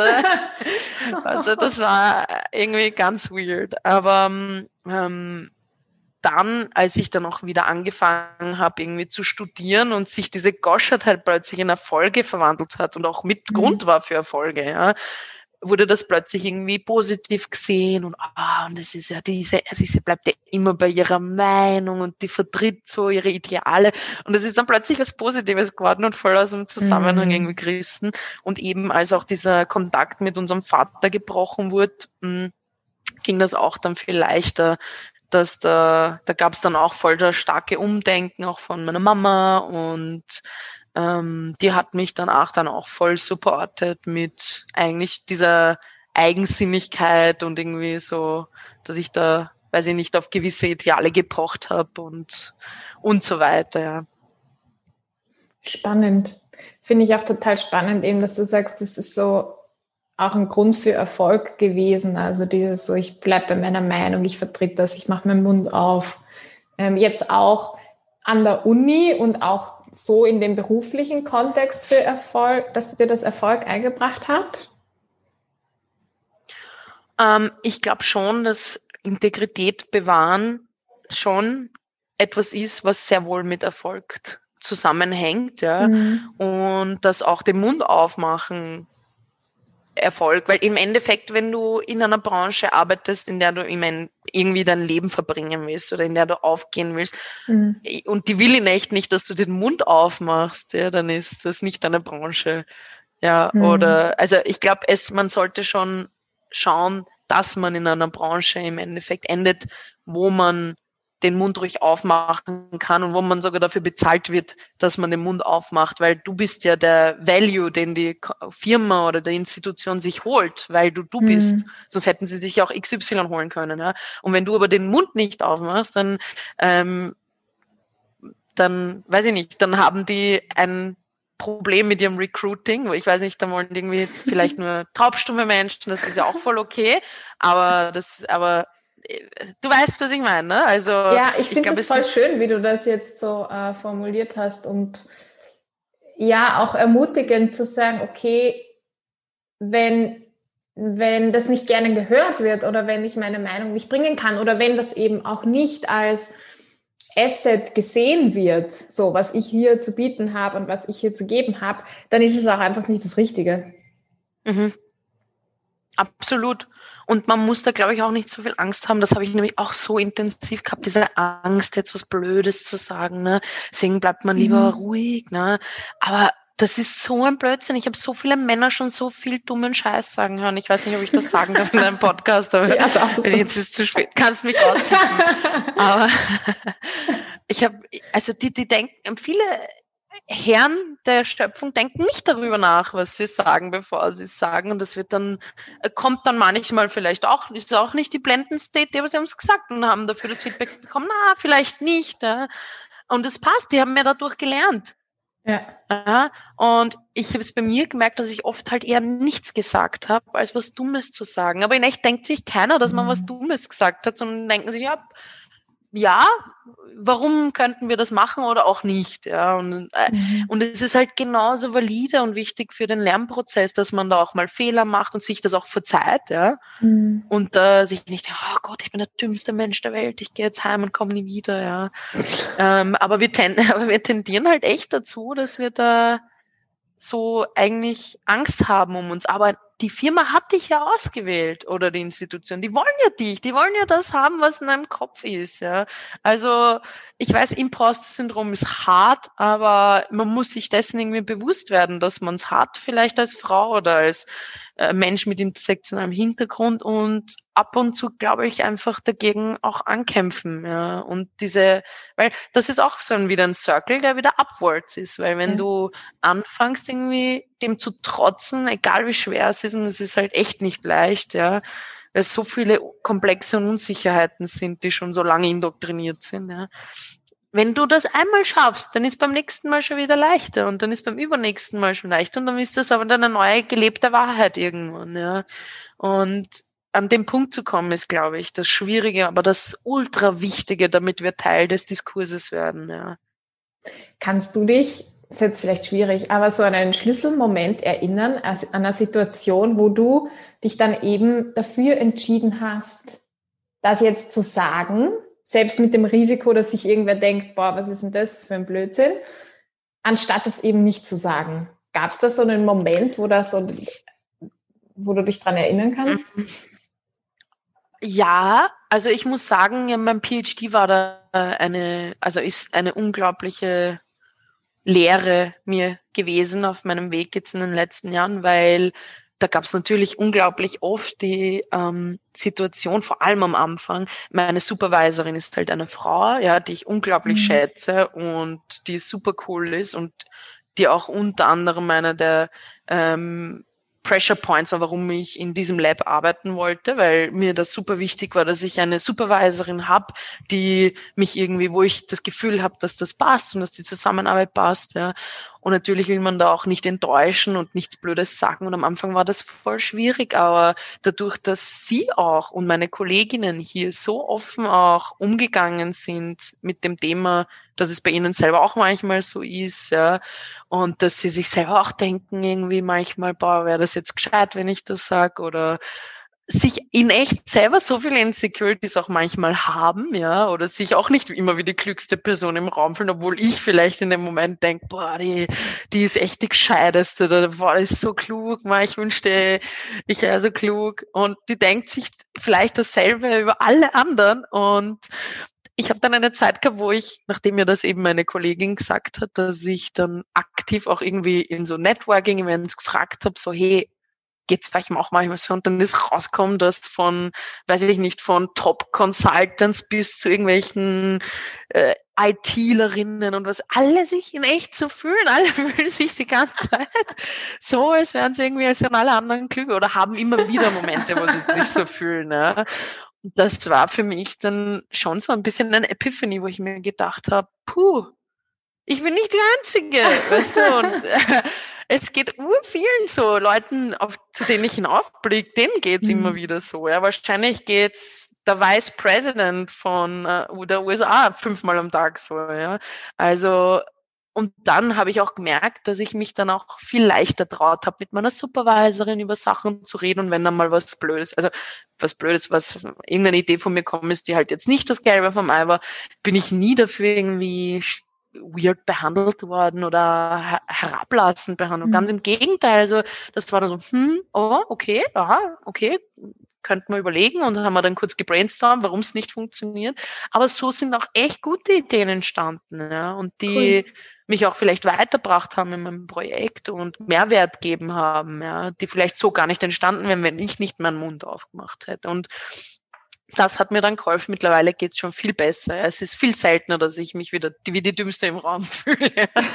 also das war irgendwie ganz weird. Aber ähm, dann, als ich dann auch wieder angefangen habe, irgendwie zu studieren und sich diese Goschert plötzlich in Erfolge verwandelt hat und auch mit mhm. Grund war für Erfolge, ja, wurde das plötzlich irgendwie positiv gesehen und ah, und das ist ja diese, also sie bleibt ja immer bei ihrer Meinung und die vertritt so ihre Ideale und das ist dann plötzlich was Positives geworden und voll aus dem Zusammenhang mm. irgendwie gerissen und eben als auch dieser Kontakt mit unserem Vater gebrochen wurde, mh, ging das auch dann viel leichter, dass da, da gab es dann auch voll das starke Umdenken auch von meiner Mama und Ähm, die hat mich dann auch dann auch voll supportet mit eigentlich dieser Eigensinnigkeit und irgendwie so, dass ich da, weiß ich nicht, auf gewisse Ideale gepocht habe und, und so weiter, ja. Spannend. Finde ich auch total spannend eben, dass du sagst, das ist so auch ein Grund für Erfolg gewesen. Also dieses so, ich bleibe bei meiner Meinung, ich vertrete das, ich mache meinen Mund auf. Ähm, jetzt auch an der Uni und auch so in dem beruflichen Kontext für Erfolg, dass dir das Erfolg eingebracht hat? Ähm, ich glaube schon, dass Integrität bewahren schon etwas ist, was sehr wohl mit Erfolg zusammenhängt, ja. Mhm. Und dass auch den Mund aufmachen Erfolg, weil im Endeffekt, wenn du in einer Branche arbeitest, in der du ich mein, irgendwie dein Leben verbringen willst oder in der du aufgehen willst mhm. und die will in echt nicht, dass du den Mund aufmachst, ja, dann ist das nicht deine Branche. Ja, mhm. oder also ich glaube, es man sollte schon schauen, dass man in einer Branche im Endeffekt endet, wo man den Mund ruhig aufmachen kann und wo man sogar dafür bezahlt wird, dass man den Mund aufmacht, weil du bist ja der Value, den die Firma oder die Institution sich holt, weil du du mhm. bist. Sonst hätten sie sich auch X Y holen können. Ja? Und wenn du aber den Mund nicht aufmachst, dann, ähm, dann weiß ich nicht, dann haben die ein Problem mit ihrem Recruiting, ich weiß nicht, da wollen irgendwie vielleicht nur taubstumme Menschen, das ist ja auch voll okay, aber das, aber du weißt, was ich meine, ne? Also ja, ich finde es voll schön, wie du das jetzt so äh, formuliert hast und ja, auch ermutigend zu sagen, okay, wenn, wenn das nicht gerne gehört wird oder wenn ich meine Meinung nicht bringen kann oder wenn das eben auch nicht als Asset gesehen wird, so was ich hier zu bieten habe und was ich hier zu geben habe, dann ist es auch einfach nicht das Richtige. Mhm. Absolut. Und man muss da, glaube ich, auch nicht so viel Angst haben. Das habe ich nämlich auch so intensiv gehabt, diese Angst, jetzt was Blödes zu sagen. Ne? Deswegen bleibt man lieber mhm. ruhig. Ne? Aber das ist so ein Blödsinn. Ich habe so viele Männer schon so viel dummen Scheiß sagen hören. Ich weiß nicht, ob ich das sagen darf in einem Podcast, aber ja, jetzt ist es zu spät. Kannst mich rauskippen. Aber ich habe, also die, die denken, viele Herren der Schöpfung denken nicht darüber nach, was sie sagen, bevor sie es sagen. Und das wird dann, kommt dann manchmal vielleicht auch, ist auch nicht die blendendste Idee, aber sie haben es gesagt und haben dafür das Feedback bekommen, na, vielleicht nicht. Ja. Und es passt, die haben ja dadurch gelernt. Ja. Ja. Und ich habe es bei mir gemerkt, dass ich oft halt eher nichts gesagt habe, als was Dummes zu sagen. Aber in echt denkt sich keiner, dass man was Dummes gesagt hat, sondern denken sich, ja, ja, warum könnten wir das machen oder auch nicht? Ja, und, äh, mhm. und es ist halt genauso valide und wichtig für den Lernprozess, dass man da auch mal Fehler macht und sich das auch verzeiht, ja. Mhm. Und äh, sich nicht, oh Gott, ich bin der dümmste Mensch der Welt, ich gehe jetzt heim und komme nie wieder, ja. ähm, aber, wir ten- aber wir tendieren halt echt dazu, dass wir da so eigentlich Angst haben um uns. Aber die Firma hat dich ja ausgewählt oder die Institution. Die wollen ja dich, die wollen ja das haben, was in deinem Kopf ist. Ja. Also ich weiß, Imposter-Syndrom ist hart, aber man muss sich dessen irgendwie bewusst werden, dass man es hat, vielleicht als Frau oder als äh, Mensch mit intersektionalem Hintergrund und ab und zu, glaube ich, einfach dagegen auch ankämpfen. Ja. Und diese, weil das ist auch so ein, wieder ein Circle, der wieder upwards ist, weil wenn ja. du anfängst, irgendwie dem zu trotzen, egal wie schwer es ist, und es ist halt echt nicht leicht, ja, weil es so viele komplexe und Unsicherheiten sind, die schon so lange indoktriniert sind, ja. Wenn du das einmal schaffst, dann ist beim nächsten Mal schon wieder leichter und dann ist beim übernächsten Mal schon leichter und dann ist das aber dann eine neue gelebte Wahrheit irgendwann, ja. Und an den Punkt zu kommen, ist, glaube ich, das Schwierige, aber das ultra Wichtige, damit wir Teil des Diskurses werden, ja. Kannst du dich, ist jetzt vielleicht schwierig, aber so an einen Schlüsselmoment erinnern, also an eine Situation, wo du dich dann eben dafür entschieden hast, das jetzt zu sagen, selbst mit dem Risiko, dass sich irgendwer denkt, boah, was ist denn das für ein Blödsinn, anstatt es eben nicht zu sagen. Gab es da so einen Moment, wo das so, wo du dich dran erinnern kannst? Ja, also ich muss sagen, in meinem PhD war da eine, also ist eine unglaubliche Lehre mir gewesen auf meinem Weg jetzt in den letzten Jahren, weil da gab es natürlich unglaublich oft die ähm, Situation, vor allem am Anfang. Meine Supervisorin ist halt eine Frau, ja, die ich unglaublich mhm. schätze und die super cool ist und die auch unter anderem einer der ähm, Pressure Points war, warum ich in diesem Lab arbeiten wollte, weil mir das super wichtig war, dass ich eine Supervisorin habe, die mich irgendwie, wo ich das Gefühl habe, dass das passt und dass die Zusammenarbeit passt, ja. Und natürlich will man da auch nicht enttäuschen und nichts Blödes sagen. Und am Anfang war das voll schwierig, aber dadurch, dass sie auch und meine Kolleginnen hier so offen auch umgegangen sind mit dem Thema, dass es bei ihnen selber auch manchmal so ist, ja, und dass sie sich selber auch denken irgendwie manchmal, boah, wäre das jetzt gescheit, wenn ich das sage, oder sich in echt selber so viele Insecurities auch manchmal haben, ja, oder sich auch nicht immer wie die klügste Person im Raum fühlen, obwohl ich vielleicht in dem Moment denke, boah, die, die ist echt die Gescheiteste, oder boah, die ist so klug, man, ich wünschte, ich wäre so klug, und die denkt sich vielleicht dasselbe über alle anderen. Und ich habe dann eine Zeit gehabt, wo ich, nachdem mir das eben meine Kollegin gesagt hat, dass ich dann aktiv auch irgendwie in so Networking-Events gefragt habe, so, hey, geht's vielleicht auch manchmal so, und dann ist rausgekommen, dass von, weiß ich nicht, von Top-Consultants bis zu irgendwelchen äh, ITlerinnen und was, alle sich in echt so fühlen, alle fühlen sich die ganze Zeit so, als wären sie irgendwie, als wären alle anderen klüger oder haben immer wieder Momente, wo sie sich so fühlen. Ja. Und das war für mich dann schon so ein bisschen ein Epiphany, wo ich mir gedacht habe, puh, ich bin nicht die Einzige, weißt du, und äh, es geht urvielen so Leuten, auf, zu denen ich hinaufblicke, denen geht's mhm. immer wieder so. Ja, wahrscheinlich geht's der Vice President von äh, der U S A fünfmal am Tag so. Ja, also, und dann habe ich auch gemerkt, dass ich mich dann auch viel leichter traut habe, mit meiner Supervisorin über Sachen zu reden, und wenn dann mal was Blödes, also was Blödes, was irgendeine Idee von mir kommt, ist, die halt jetzt nicht das Gelbe vom Ei war, bin ich nie dafür irgendwie weird behandelt worden oder her- herablassend behandelt. Mhm. Ganz im Gegenteil. Also das war dann so, hm, oh, okay, aha, okay, könnten wir überlegen, und dann haben wir dann kurz gebrainstormt, warum es nicht funktioniert. Aber so sind auch echt gute Ideen entstanden, ja, und die cool. mich auch vielleicht weitergebracht haben in meinem Projekt und Mehrwert geben haben, ja, die vielleicht so gar nicht entstanden wären, wenn ich nicht meinen Mund aufgemacht hätte. Und das hat mir dann geholfen. Mittlerweile geht es schon viel besser. Es ist viel seltener, dass ich mich wieder wie die Dümmste im Raum fühle.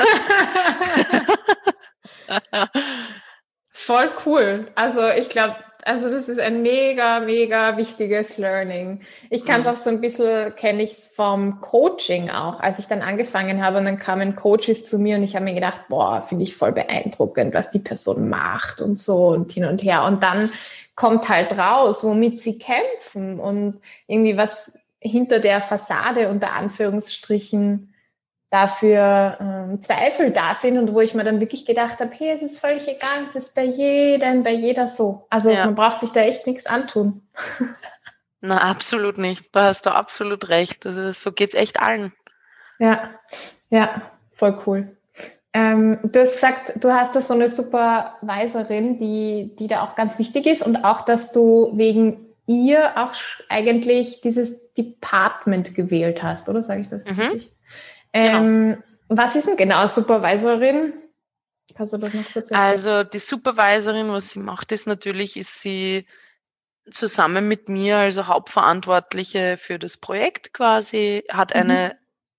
Voll cool. Also ich glaube, also das ist ein mega, mega wichtiges Learning. Ich kann es mhm. auch so ein bisschen, kenne ich es vom Coaching auch. Als ich dann angefangen habe und dann kamen Coaches zu mir und ich habe mir gedacht, boah, finde ich voll beeindruckend, was die Person macht und so und hin und her. Und dann kommt halt raus, womit sie kämpfen und irgendwie was hinter der Fassade unter Anführungsstrichen dafür ähm, Zweifel da sind und wo ich mir dann wirklich gedacht habe, hey, es ist völlig egal, es ist bei jedem, bei jeder so. Also Ja. man braucht sich da echt nichts antun. Na, absolut nicht. Da hast du absolut recht. Also, so geht's echt allen. Ja, ja, voll cool. Ähm, du hast gesagt, du hast da so eine Supervisorin, die, die da auch ganz wichtig ist und auch, dass du wegen ihr auch eigentlich dieses Department gewählt hast, oder sage ich das jetzt Mhm, richtig? genau. Ähm, was ist denn genau Supervisorin? Kannst du das noch kurz erklären? Also die Supervisorin, was sie macht, ist natürlich, ist sie zusammen mit mir, also Hauptverantwortliche für das Projekt quasi, hat eine Mhm.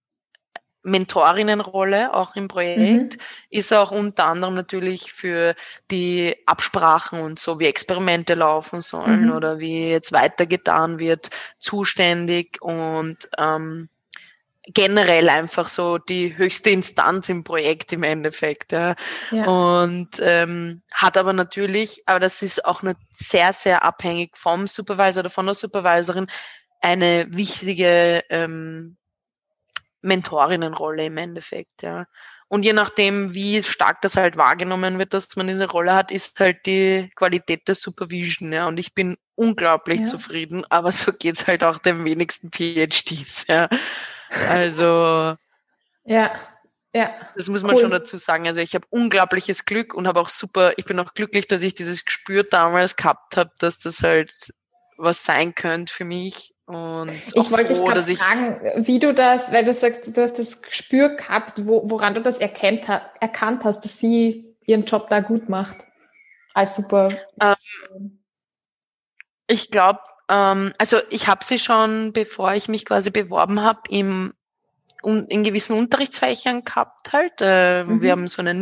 Mentorinnenrolle auch im Projekt, Mhm. ist auch unter anderem natürlich für die Absprachen und so, wie Experimente laufen sollen Mhm. oder wie jetzt weitergetan wird, zuständig und ähm, generell einfach so die höchste Instanz im Projekt im Endeffekt. Ja. Ja. Und ähm, hat aber natürlich, aber das ist auch nur sehr, sehr abhängig vom Supervisor oder von der Supervisorin, eine wichtige ähm, Mentorinnenrolle im Endeffekt, ja. Und je nachdem, wie stark das halt wahrgenommen wird, dass man diese Rolle hat, ist halt die Qualität der Supervision, ja. Und ich bin unglaublich Ja. zufrieden, aber so geht's halt auch den wenigsten PhDs, ja. Also, Ja. Ja. das muss man schon Cool. dazu sagen. Also ich habe unglaubliches Glück und habe auch super, ich bin auch glücklich, dass ich dieses Gespür damals gehabt habe, dass das halt was sein könnte für mich und Ich auch wollte dich froh, gerade dass ich fragen, wie du das, weil du sagst, du hast das Gespür gehabt, wo, woran du das erkennt, erkannt hast, dass sie ihren Job da gut macht als super. ähm, Ich glaube, ähm, also ich habe sie schon, bevor ich mich quasi beworben habe, im un, in gewissen Unterrichtsfächern gehabt halt. Äh, wir haben Mhm. so eine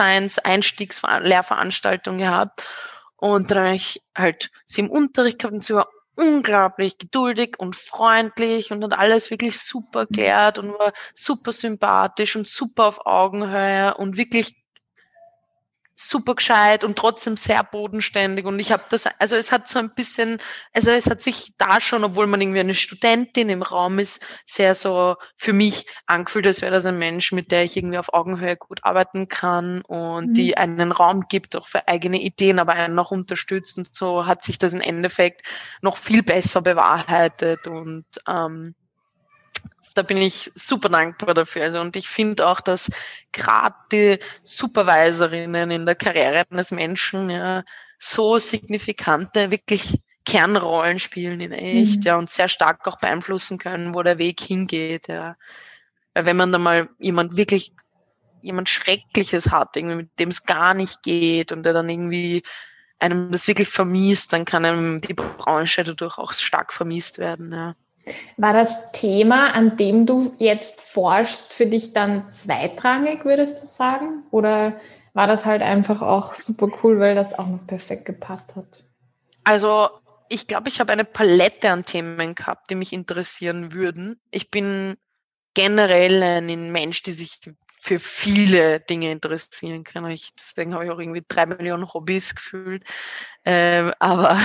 Neuroscience-Einstiegslehrveranstaltung gehabt und da habe ich halt sie im Unterricht gehabt und sie war unglaublich geduldig und freundlich und hat alles wirklich super erklärt und war super sympathisch und super auf Augenhöhe und wirklich super gescheit und trotzdem sehr bodenständig und ich habe das, also es hat so ein bisschen, also es hat sich da schon, obwohl man irgendwie eine Studentin im Raum ist, sehr so für mich angefühlt, als wäre das ein Mensch, mit der ich irgendwie auf Augenhöhe gut arbeiten kann und die Mhm. einen Raum gibt, auch für eigene Ideen, aber einen noch unterstützt und so hat sich das im Endeffekt noch viel besser bewahrheitet und ähm, da bin ich super dankbar dafür. Also, und ich finde auch, dass gerade die Supervisorinnen in der Karriere eines Menschen ja so signifikante, wirklich Kernrollen spielen in echt, ja, Mhm. und sehr stark auch beeinflussen können, wo der Weg hingeht, ja. Weil wenn man dann mal jemand wirklich, jemand Schreckliches hat, irgendwie, mit dem es gar nicht geht und der dann irgendwie einem das wirklich vermisst, dann kann einem die Branche dadurch auch stark vermisst werden, ja. War das Thema, an dem du jetzt forschst, für dich dann zweitrangig, würdest du sagen? Oder war das halt einfach auch super cool, weil das auch noch perfekt gepasst hat? Also, ich glaube, ich habe eine Palette an Themen gehabt, die mich interessieren würden. Ich bin generell ein Mensch, der sich für viele Dinge interessieren kann. Ich, deswegen habe ich auch irgendwie drei Millionen Hobbys gefühlt. Ähm, aber,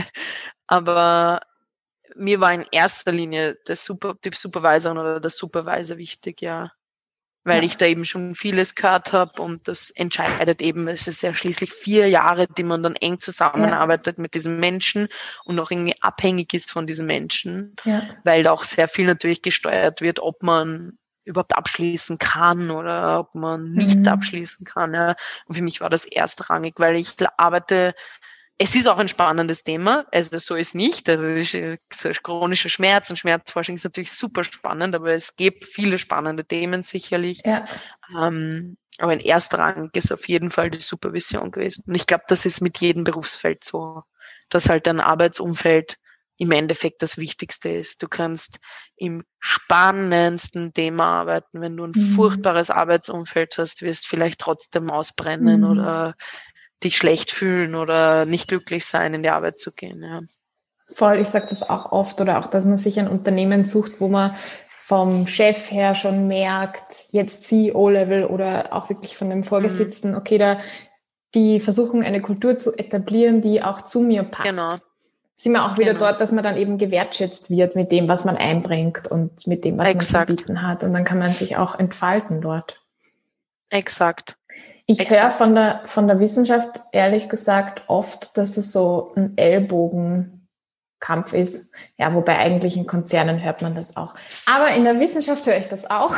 aber mir war in erster Linie der Super, die Supervisorin oder der Supervisor wichtig, ja. Weil ich Ja. da eben schon vieles gehört habe und das entscheidet eben, es ist ja schließlich vier Jahre, die man dann eng Ja. zusammenarbeitet mit diesem Menschen und auch irgendwie abhängig ist von diesem Menschen, Ja. weil da auch sehr viel natürlich gesteuert wird, ob man überhaupt abschließen kann oder ob man nicht Mhm. abschließen kann. Ja. Und für mich war das erstrangig, weil ich arbeite, es ist auch ein spannendes Thema, also so ist nicht, also so chronischer Schmerz und Schmerzforschung ist natürlich super spannend, aber es gibt viele spannende Themen sicherlich. Ja. Ähm, aber in erstrangig ist auf jeden Fall die Supervision gewesen. Und ich glaube, das ist mit jedem Berufsfeld so, dass halt ein Arbeitsumfeld im Endeffekt das Wichtigste ist. Du kannst im spannendsten Thema arbeiten. Wenn du ein Mhm. furchtbares Arbeitsumfeld hast, wirst vielleicht trotzdem ausbrennen Mhm. oder dich schlecht fühlen oder nicht glücklich sein, in die Arbeit zu gehen. Ja. Voll, ich sage das auch oft oder auch, dass man sich ein Unternehmen sucht, wo man vom Chef her schon merkt, jetzt C E O-Level oder auch wirklich von dem Mhm. Vorgesetzten, okay, da die versuchen eine Kultur zu etablieren, die auch zu mir passt. Genau. sind wir auch wieder Genau. dort, dass man dann eben gewertschätzt wird mit dem, was man einbringt und mit dem, was Exakt. man zu bieten hat. Und dann kann man sich auch entfalten dort. Exakt. Ich Exakt. höre von der, von der Wissenschaft ehrlich gesagt oft, dass es so ein Ellbogenkampf ist. Ja, wobei eigentlich in Konzernen hört man das auch. Aber in der Wissenschaft höre ich das auch.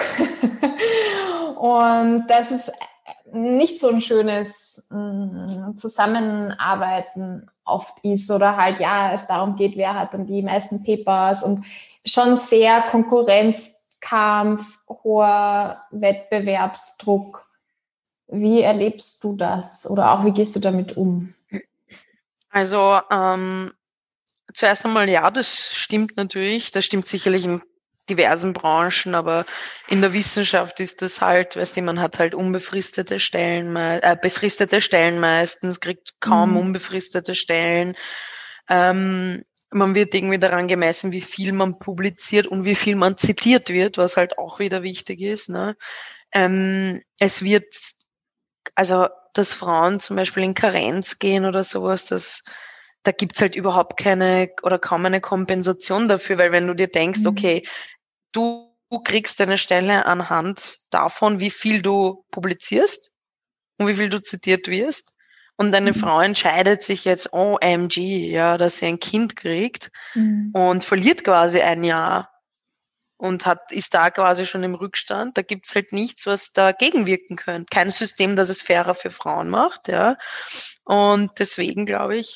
Und das ist nicht so ein schönes mh, Zusammenarbeiten oft ist oder halt, ja, es darum geht, wer hat dann die meisten Papers und schon sehr Konkurrenzkampf, hoher Wettbewerbsdruck. Wie erlebst du das oder auch wie gehst du damit um? Also ähm, zuerst einmal, ja, das stimmt natürlich, das stimmt sicherlich in diversen Branchen, aber in der Wissenschaft ist das halt, weißt du, man hat halt unbefristete Stellen, äh, befristete Stellen meistens, kriegt kaum Mhm. unbefristete Stellen. Ähm, man wird irgendwie daran gemessen, wie viel man publiziert und wie viel man zitiert wird, was halt auch wieder wichtig ist. Ne? Ähm, es wird, also dass Frauen zum Beispiel in Karenz gehen oder sowas, das da gibt's halt überhaupt keine oder kaum eine Kompensation dafür, weil wenn du dir denkst, okay, du kriegst deine Stelle anhand davon, wie viel du publizierst und wie viel du zitiert wirst. Und deine Mhm. Frau entscheidet sich jetzt, O M G, ja, dass sie ein Kind kriegt Mhm. und verliert quasi ein Jahr und hat, ist da quasi schon im Rückstand. Da gibt's halt nichts, was dagegen wirken könnte. Kein System, das es fairer für Frauen macht, ja. Und deswegen glaube ich,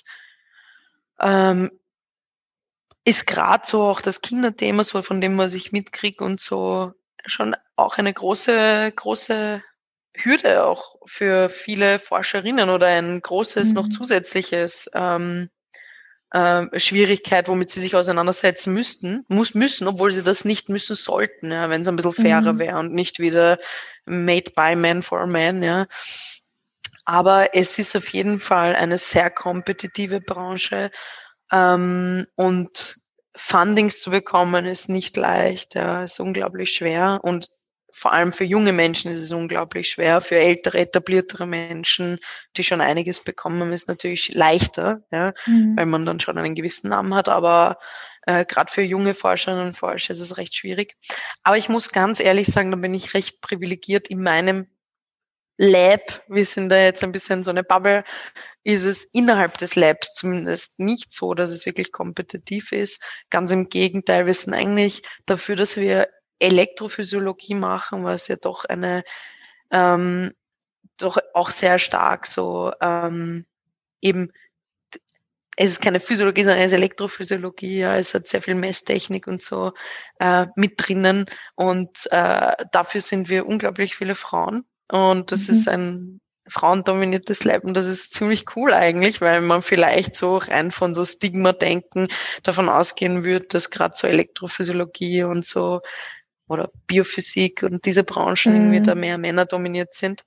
ähm, ist gerade so auch das Kinderthema, so von dem, was ich mitkriege und so, schon auch eine große, große Hürde auch für viele Forscherinnen oder ein großes, noch Mhm. zusätzliches ähm, äh, Schwierigkeit, womit sie sich auseinandersetzen müssten, muss müssen, obwohl sie das nicht müssen sollten, ja, wenn es ein bisschen fairer Mhm. wäre und nicht wieder made by man for man, ja. Aber es ist auf jeden Fall eine sehr kompetitive Branche ähm, und Fundings zu bekommen ist nicht leicht, ja, ist unglaublich schwer und vor allem für junge Menschen ist es unglaublich schwer. Für ältere, etabliertere Menschen, die schon einiges bekommen haben, ist natürlich leichter, ja, Mhm. weil man dann schon einen gewissen Namen hat. Aber äh, gerade für junge Forscherinnen und Forscher ist es recht schwierig. Aber ich muss ganz ehrlich sagen, da bin ich recht privilegiert in meinem Lab. Wir sind da jetzt ein bisschen so eine Bubble. Ist es innerhalb des Labs zumindest nicht so, dass es wirklich kompetitiv ist. Ganz im Gegenteil, wir sind eigentlich dafür, dass wir Elektrophysiologie machen, was ja doch eine, ähm, doch auch sehr stark so ähm, eben, es ist keine Physiologie, sondern es ist Elektrophysiologie, ja, es hat sehr viel Messtechnik und so äh, mit drinnen und äh, dafür sind wir unglaublich viele Frauen und das ist Mhm. ein frauendominiertes Lab und das ist ziemlich cool eigentlich, weil man vielleicht so rein von so Stigma-Denken davon ausgehen würde, dass gerade so Elektrophysiologie und so oder Biophysik und diese Branchen irgendwie da Mhm. mehr Männer dominiert sind.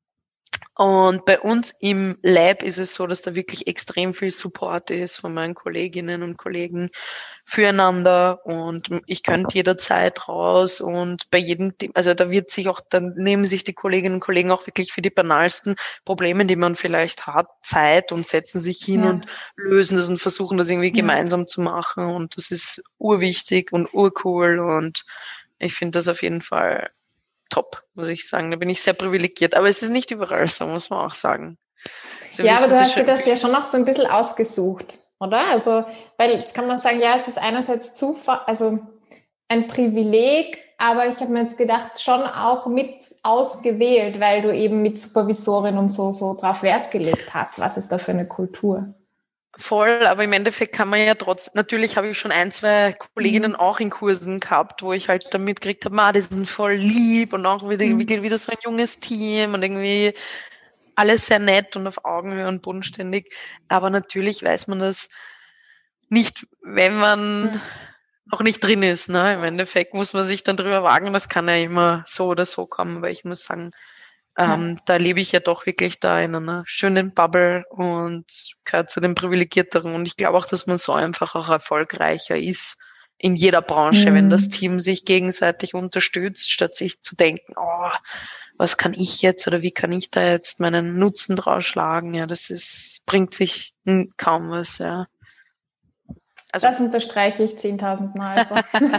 Und bei uns im Lab ist es so, dass da wirklich extrem viel Support ist von meinen Kolleginnen und Kollegen füreinander und ich könnte jederzeit raus und bei jedem, Thema- also da wird sich auch, dann nehmen sich die Kolleginnen und Kollegen auch wirklich für die banalsten Probleme, die man vielleicht hat, Zeit und setzen sich hin Ja. und lösen das und versuchen das irgendwie Ja. gemeinsam zu machen und das ist urwichtig und urcool und ich finde das auf jeden Fall top, muss ich sagen. Da bin ich sehr privilegiert. Aber es ist nicht überall so, muss man auch sagen. Also Ja, wir aber sind du da hast dir schon, das ja schon noch so ein bisschen ausgesucht, oder? Also, weil jetzt kann man sagen, ja, es ist einerseits Zufall, also ein Privileg, aber ich habe mir jetzt gedacht, schon auch mit ausgewählt, weil du eben mit Supervisorin und so, so drauf Wert gelegt hast. Was ist da für eine Kultur? voll, aber im Endeffekt kann man ja trotz, natürlich habe ich schon ein, zwei Kolleginnen Mhm. auch in Kursen gehabt, wo ich halt dann mitgekriegt habe, ah, die sind voll lieb und auch wieder, Mhm. wirklich wieder so ein junges Team und irgendwie alles sehr nett und auf Augenhöhe und bodenständig. Aber natürlich weiß man das nicht, wenn man noch nicht drin ist. Ne? Im Endeffekt muss man sich dann drüber wagen. Das kann ja immer so oder so kommen, aber ich muss sagen, Ja. ähm, da lebe ich ja doch wirklich da in einer schönen Bubble und gehört zu den Privilegierteren. Und ich glaube auch, dass man so einfach auch erfolgreicher ist in jeder Branche, wenn das Mhm. Team sich gegenseitig unterstützt, statt sich zu denken, oh, was kann ich jetzt oder wie kann ich da jetzt meinen Nutzen draus schlagen? Ja, das ist, bringt sich hm, kaum was, ja. Also, das unterstreiche ich zehntausend Mal. So.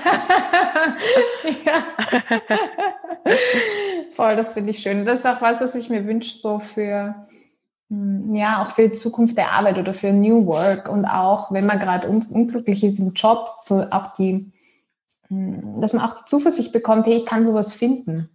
Ja. Voll, das finde ich schön. Das ist auch was, was ich mir wünsche, so für, ja, auch für die Zukunft der Arbeit oder für New Work und auch, wenn man gerade un- unglücklich ist im Job, so auch die, dass man auch die Zuversicht bekommt, hey, ich kann sowas finden.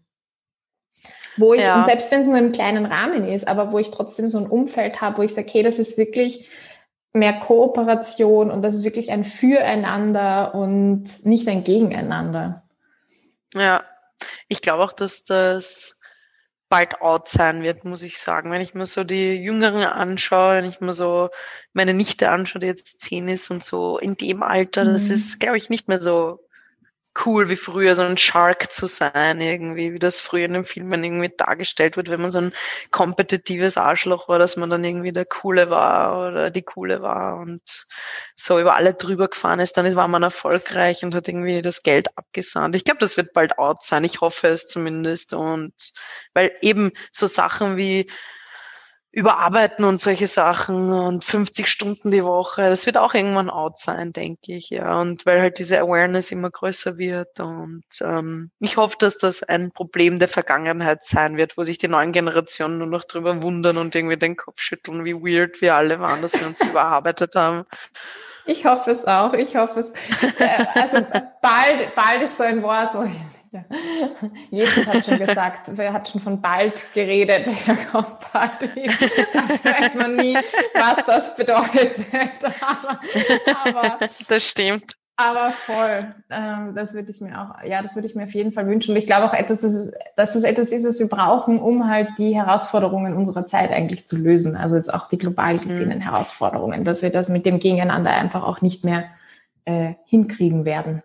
Wo ich, und ja, selbst wenn es nur im kleinen Rahmen ist, aber wo ich trotzdem so ein Umfeld habe, wo ich sage, hey, das ist wirklich mehr Kooperation und das ist wirklich ein Füreinander und nicht ein Gegeneinander. ja. Ich glaube auch, dass das bald out sein wird, muss ich sagen. Wenn ich mir so die Jüngeren anschaue, wenn ich mir so meine Nichte anschaue, die jetzt zehn ist und so in dem Alter, das ist, Mhm. glaube ich, nicht mehr so cool wie früher, so ein Shark zu sein irgendwie, wie das früher in den Filmen irgendwie dargestellt wird, wenn man so ein kompetitives Arschloch war, dass man dann irgendwie der Coole war oder die Coole war und so über alle drüber gefahren ist, dann war man erfolgreich und hat irgendwie das Geld abgesandt. Ich glaube, das wird bald out sein. Ich hoffe es zumindest und weil eben so Sachen wie Überarbeiten und solche Sachen und fünfzig Stunden die Woche, das wird auch irgendwann out sein, denke ich, ja. Und weil halt diese Awareness immer größer wird und ähm, ich hoffe, dass das ein Problem der Vergangenheit sein wird, wo sich die neuen Generationen nur noch drüber wundern und irgendwie den Kopf schütteln, wie weird wir alle waren, dass wir uns überarbeitet haben. Ich hoffe es auch, ich hoffe es. Ja, also bald, bald ist so ein Wort. Oh, ja. Jesus hat schon gesagt, er hat schon von bald geredet, er kommt bald wieder. Das weiß man nie, was das bedeutet. Aber, aber, Das stimmt. aber voll, ähm, das würde ich mir auch, ja, das würde ich mir auf jeden Fall wünschen. Und ich glaube auch etwas, dass, es, dass das etwas ist, was wir brauchen, um halt die Herausforderungen unserer Zeit eigentlich zu lösen. Also jetzt auch die global gesehenen Mhm. Herausforderungen, dass wir das mit dem Gegeneinander einfach auch nicht mehr äh, hinkriegen werden.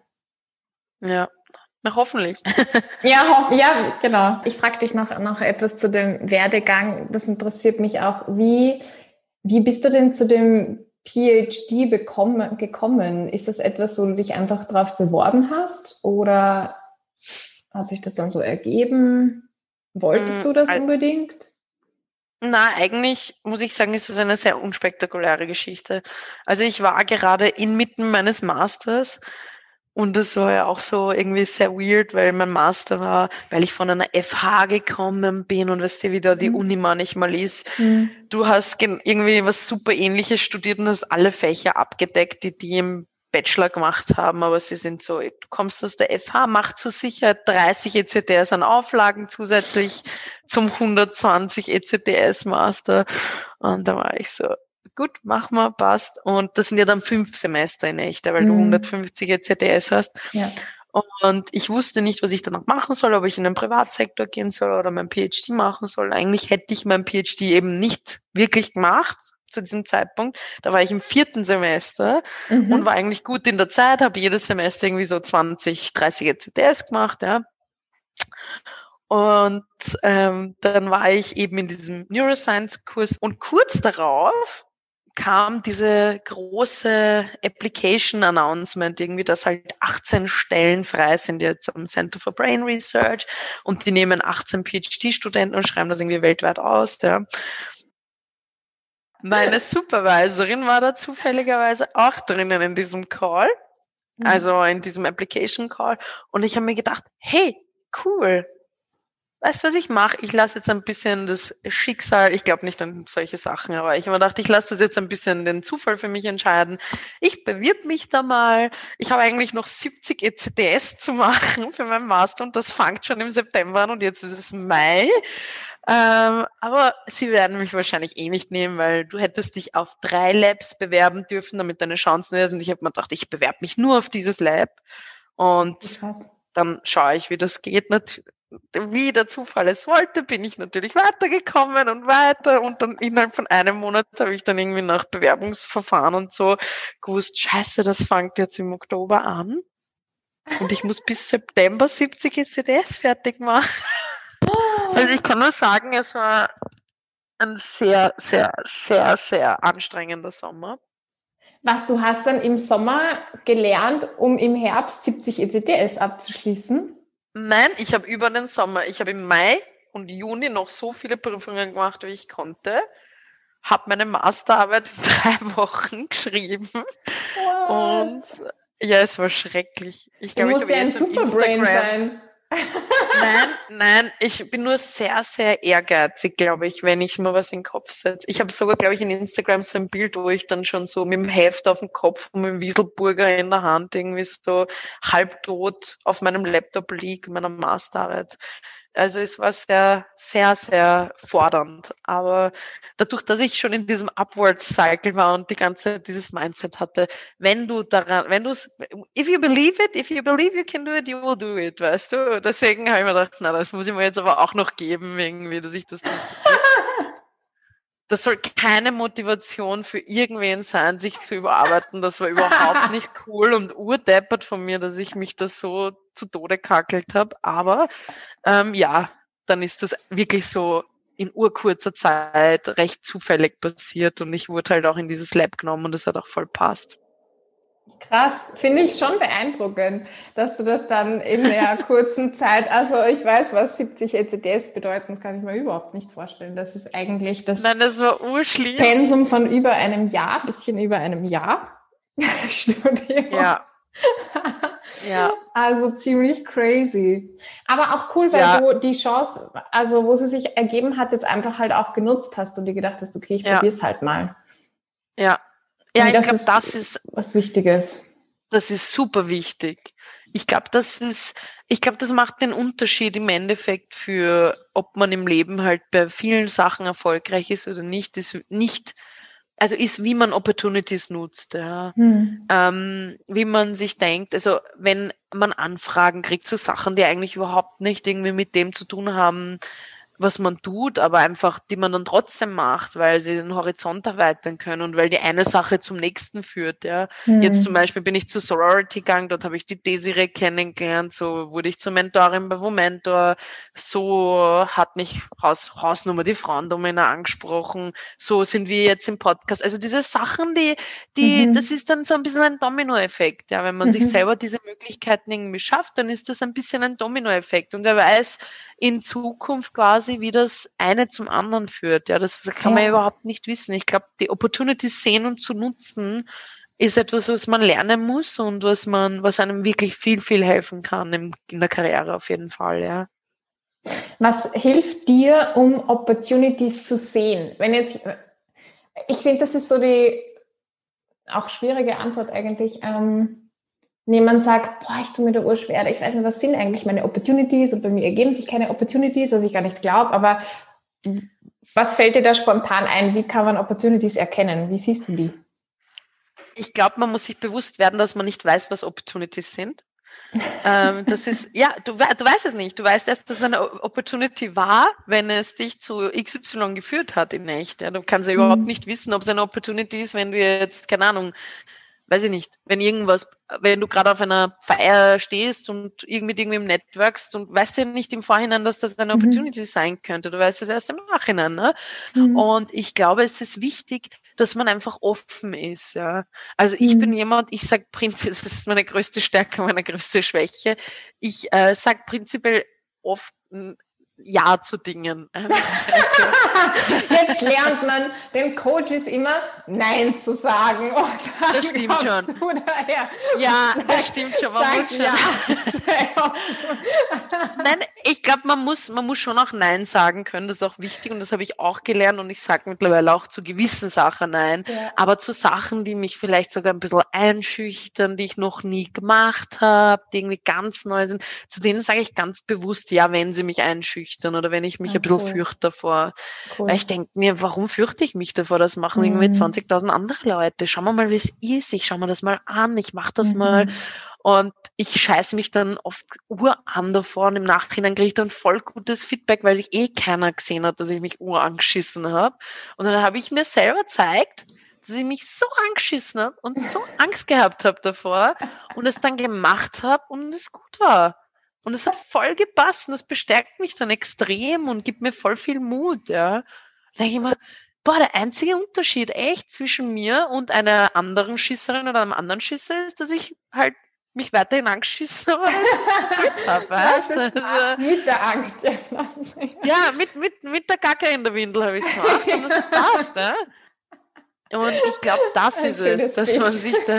Ja, na hoffentlich. Ja, hoff, ja, genau. Ich frage dich noch, noch etwas zu dem Werdegang. Das interessiert mich auch. Wie, wie bist du denn zu dem PhD bekommen, gekommen? Ist das etwas, wo du dich einfach drauf beworben hast? Oder hat sich das dann so ergeben? Wolltest Mm, du das al- unbedingt? Na, eigentlich muss ich sagen, ist es eine sehr unspektakuläre Geschichte. Also ich war gerade inmitten meines Masters und das war ja auch so irgendwie sehr weird, weil mein Master war, weil ich von einer F H gekommen bin und weißt du, wie da die Mhm. Uni manchmal ist. Mhm. Du hast gen- irgendwie was super Ähnliches studiert und hast alle Fächer abgedeckt, die die im Bachelor gemacht haben, aber sie sind so, du kommst aus der F H, macht zur Sicherheit dreißig E C T S an Auflagen zusätzlich zum hundertzwanzig E C T S Master. Und da war ich so, gut, mach mal, passt. Und das sind ja dann fünf Semester in echter, weil du Mhm. hundertfünfzig E C T S hast. Ja. Und ich wusste nicht, was ich danach machen soll, ob ich in den Privatsektor gehen soll oder mein PhD machen soll. Eigentlich hätte ich mein PhD eben nicht wirklich gemacht zu diesem Zeitpunkt. Da war ich im vierten Semester und war Mhm. eigentlich gut in der Zeit, habe jedes Semester irgendwie so zwanzig, dreißig E C T S gemacht, ja. Und ähm, dann war ich eben in diesem Neuroscience-Kurs und kurz darauf kam diese große Application Announcement, irgendwie, dass halt achtzehn Stellen frei sind jetzt am Center for Brain Research und die nehmen achtzehn PhD-Studenten und schreiben das irgendwie weltweit aus. Ja. Meine Supervisorin war da zufälligerweise auch drinnen in diesem Call, Mhm. also in diesem Application Call. Und ich habe mir gedacht, hey, cool. Weißt du, was ich mache? Ich lasse jetzt ein bisschen das Schicksal, ich glaube nicht an solche Sachen, aber ich habe mir gedacht, ich lasse das jetzt ein bisschen den Zufall für mich entscheiden. Ich bewirb mich da mal. Ich habe eigentlich noch siebzig E C T S zu machen für meinen Master und das fängt schon im September an und jetzt ist es Mai. Ähm, aber sie werden mich wahrscheinlich eh nicht nehmen, weil du hättest dich auf drei Labs bewerben dürfen, damit deine Chancen höher sind. Ich habe mir gedacht, ich bewerbe mich nur auf dieses Lab und Krass. dann schaue ich, wie das geht. Wie der Zufall es wollte, bin ich natürlich weitergekommen und weiter und dann innerhalb von einem Monat habe ich dann irgendwie nach Bewerbungsverfahren und so gewusst, scheiße, das fängt jetzt im Oktober an und ich muss bis September siebzig E C T S fertig machen. Also ich kann nur sagen, es war ein sehr, sehr, sehr, sehr anstrengender Sommer. Was, du hast dann im Sommer gelernt, um im Herbst siebzig E C T S abzuschließen? Nein, ich habe über den Sommer, ich habe im Mai und Juni noch so viele Prüfungen gemacht, wie ich konnte, habe meine Masterarbeit in drei Wochen geschrieben. What? Und ja, es war schrecklich. Ich glaube, ich habe ja ein jetzt ein Superbrain Instagram. sein. Nein, nein, ich bin nur sehr, sehr ehrgeizig, glaube ich, wenn ich mir was in den Kopf setze. Ich habe sogar, glaube ich, in Instagram so ein Bild, wo ich dann schon so mit dem Heft auf dem Kopf und mit dem Wieselburger in der Hand irgendwie so halbtot auf meinem Laptop liege, meiner Masterarbeit. Also es war sehr, sehr, sehr fordernd. Aber dadurch, dass ich schon in diesem Upward-Cycle war und die ganze Zeit dieses Mindset hatte, wenn du daran, wenn du es, if you believe it, if you believe you can do it, you will do it, weißt du? Deswegen habe ich mir gedacht, na, das muss ich mir jetzt aber auch noch geben, irgendwie, dass ich das nicht Das soll keine Motivation für irgendwen sein, sich zu überarbeiten. Das war überhaupt nicht cool und urdeppert von mir, dass ich mich das so zu Tode kackelt habe. Aber ähm, ja, dann ist das wirklich so in urkurzer Zeit recht zufällig passiert und ich wurde halt auch in dieses Lab genommen und es hat auch voll passt. Krass, finde ich schon beeindruckend, dass du das dann in der kurzen Zeit, also ich weiß, was siebzig E C Ts bedeuten, das kann ich mir überhaupt nicht vorstellen. Das ist eigentlich das, Nein, das war urschlimm. Pensum von über einem Jahr, bisschen über einem Jahr Studium. Ja. Ja. Also ziemlich crazy. Aber auch cool, weil Ja. du die Chance, also wo sie sich ergeben hat, jetzt einfach halt auch genutzt hast und dir gedacht hast, okay, ich Ja. probier's halt mal. Ja. Ja, Und ich das glaube, ist das ist was Wichtiges. Das ist super wichtig. Ich glaube, das ist, ich glaube, das macht den Unterschied im Endeffekt für, ob man im Leben halt bei vielen Sachen erfolgreich ist oder nicht, ist nicht, also ist, wie man Opportunities nutzt, ja. Hm. Ähm, wie man sich denkt, also wenn man Anfragen kriegt zu Sachen, die eigentlich überhaupt nicht irgendwie mit dem zu tun haben, was man tut, aber einfach, die man dann trotzdem macht, weil sie den Horizont erweitern können und weil die eine Sache zum nächsten führt, ja. Hm. Jetzt zum Beispiel bin ich zur Sorority gegangen, dort habe ich die Desiree kennengelernt, so wurde ich zur Mentorin bei Womentor, so hat mich Haus, Hausnummer die Frauendomina angesprochen, so sind wir jetzt im Podcast. Also diese Sachen, die, die, Mhm. das ist dann so ein bisschen ein Dominoeffekt, ja. Wenn man Mhm. sich selber diese Möglichkeiten irgendwie schafft, dann ist das ein bisschen ein Dominoeffekt und wer weiß in Zukunft quasi, wie das eine zum anderen führt. Ja, das kann man Ja. ja überhaupt nicht wissen. Ich glaube, die Opportunities sehen und zu nutzen ist etwas, was man lernen muss und was man, was einem wirklich viel, viel helfen kann in, in der Karriere auf jeden Fall, ja. Was hilft dir, um Opportunities zu sehen? Wenn jetzt, ich finde, das ist so die auch schwierige Antwort eigentlich. Ähm, jemand sagt, boah, ich tue mir da urschwer, ich weiß nicht, was sind eigentlich meine Opportunities und bei mir ergeben sich keine Opportunities, was ich gar nicht glaube, aber was fällt dir da spontan ein? Wie kann man Opportunities erkennen? Wie siehst du die? Ich glaube, man muss sich bewusst werden, dass man nicht weiß, was Opportunities sind. ähm, das ist, ja, du, du weißt es nicht. Du weißt erst, dass es eine Opportunity war, wenn es dich zu X Y geführt hat in echt. Ja. Du kannst ja Mhm. überhaupt nicht wissen, ob es eine Opportunity ist, wenn du jetzt, keine Ahnung, weiß ich nicht, wenn irgendwas, wenn du gerade auf einer Feier stehst und irgendwie mit irgendwem networkst und weißt ja nicht im Vorhinein, dass das eine Mhm. Opportunity sein könnte. Du weißt es erst im Nachhinein. Ne? Mhm. Und ich glaube, es ist wichtig, dass man einfach offen ist. Ja. Also ich Mhm. bin jemand, ich sage prinzipiell, das ist meine größte Stärke, meine größte Schwäche. Ich äh, sage prinzipiell oft Ja zu Dingen. Jetzt lernt man den Coaches immer Nein zu sagen. Oh, das stimmt schon. Ja, sag, das stimmt schon. Man muss schon. Ja. Nein, ich glaube, man muss, man muss schon auch Nein sagen können. Das ist auch wichtig und das habe ich auch gelernt und ich sage mittlerweile auch zu gewissen Sachen Nein. Ja. Aber zu Sachen, die mich vielleicht sogar ein bisschen einschüchtern, die ich noch nie gemacht habe, die irgendwie ganz neu sind, zu denen sage ich ganz bewusst Ja, wenn sie mich einschüchtern oder wenn ich mich Ah, ein bisschen cool. fürchte davor. Cool. Weil ich denke mir, warum fürchte ich mich davor? Das machen irgendwie Mhm. zwanzigtausend andere Leute. Schauen wir mal, wie es ist. Ich schaue mir das mal an. Ich mache das Mhm. mal. Und ich scheiße mich dann oft urarm davor und im Nachhinein kriege ich dann voll gutes Feedback, weil sich eh keiner gesehen hat, dass ich mich urangeschissen habe. Und dann habe ich mir selber gezeigt, dass ich mich so angeschissen habe und so Angst gehabt habe davor und es dann gemacht habe und es gut war. Und es hat voll gepasst und das bestärkt mich dann extrem und gibt mir voll viel Mut. Ja. Da denke ich mir, boah, der einzige Unterschied echt zwischen mir und einer anderen Schisserin oder einem anderen Schisser ist, dass ich halt mich weiterhin angeschissen habe, Glück habe, weißt du? Also, mit der Angst. Ja, ja mit, mit, mit der Kacke in der Windel habe ich es gemacht und das passt. Ja? Und ich glaube, das Ein ist es, dass Bild. man sich da,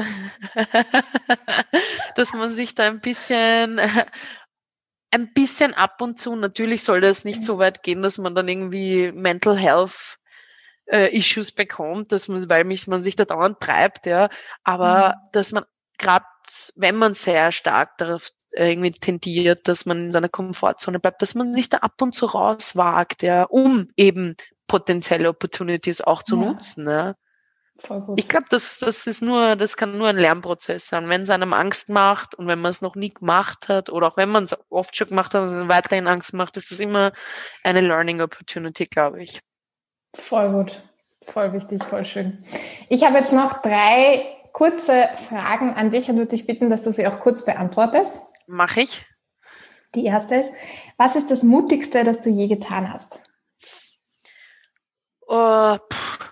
dass man sich da ein bisschen, ein bisschen ab und zu, natürlich soll das nicht so weit gehen, dass man dann irgendwie Mental Health äh, Issues bekommt, dass man, weil mich, man sich da dauernd treibt, ja, aber mhm. dass man gerade, wenn man sehr stark darauf äh, irgendwie tendiert, dass man in seiner Komfortzone bleibt, dass man sich da ab und zu rauswagt, ja, um eben potenzielle Opportunities auch zu ja. nutzen, ja. Voll gut. Ich glaube, das, das ist nur, das kann nur ein Lernprozess sein. Wenn es einem Angst macht und wenn man es noch nie gemacht hat oder auch wenn man es oft schon gemacht hat und es weiterhin Angst macht, ist das immer eine Learning Opportunity, glaube ich. Voll gut. Voll wichtig, voll schön. Ich habe jetzt noch drei kurze Fragen an dich und würde dich bitten, dass du sie auch kurz beantwortest. Mach ich. Die erste ist, was ist das Mutigste, das du je getan hast? Oh, pff.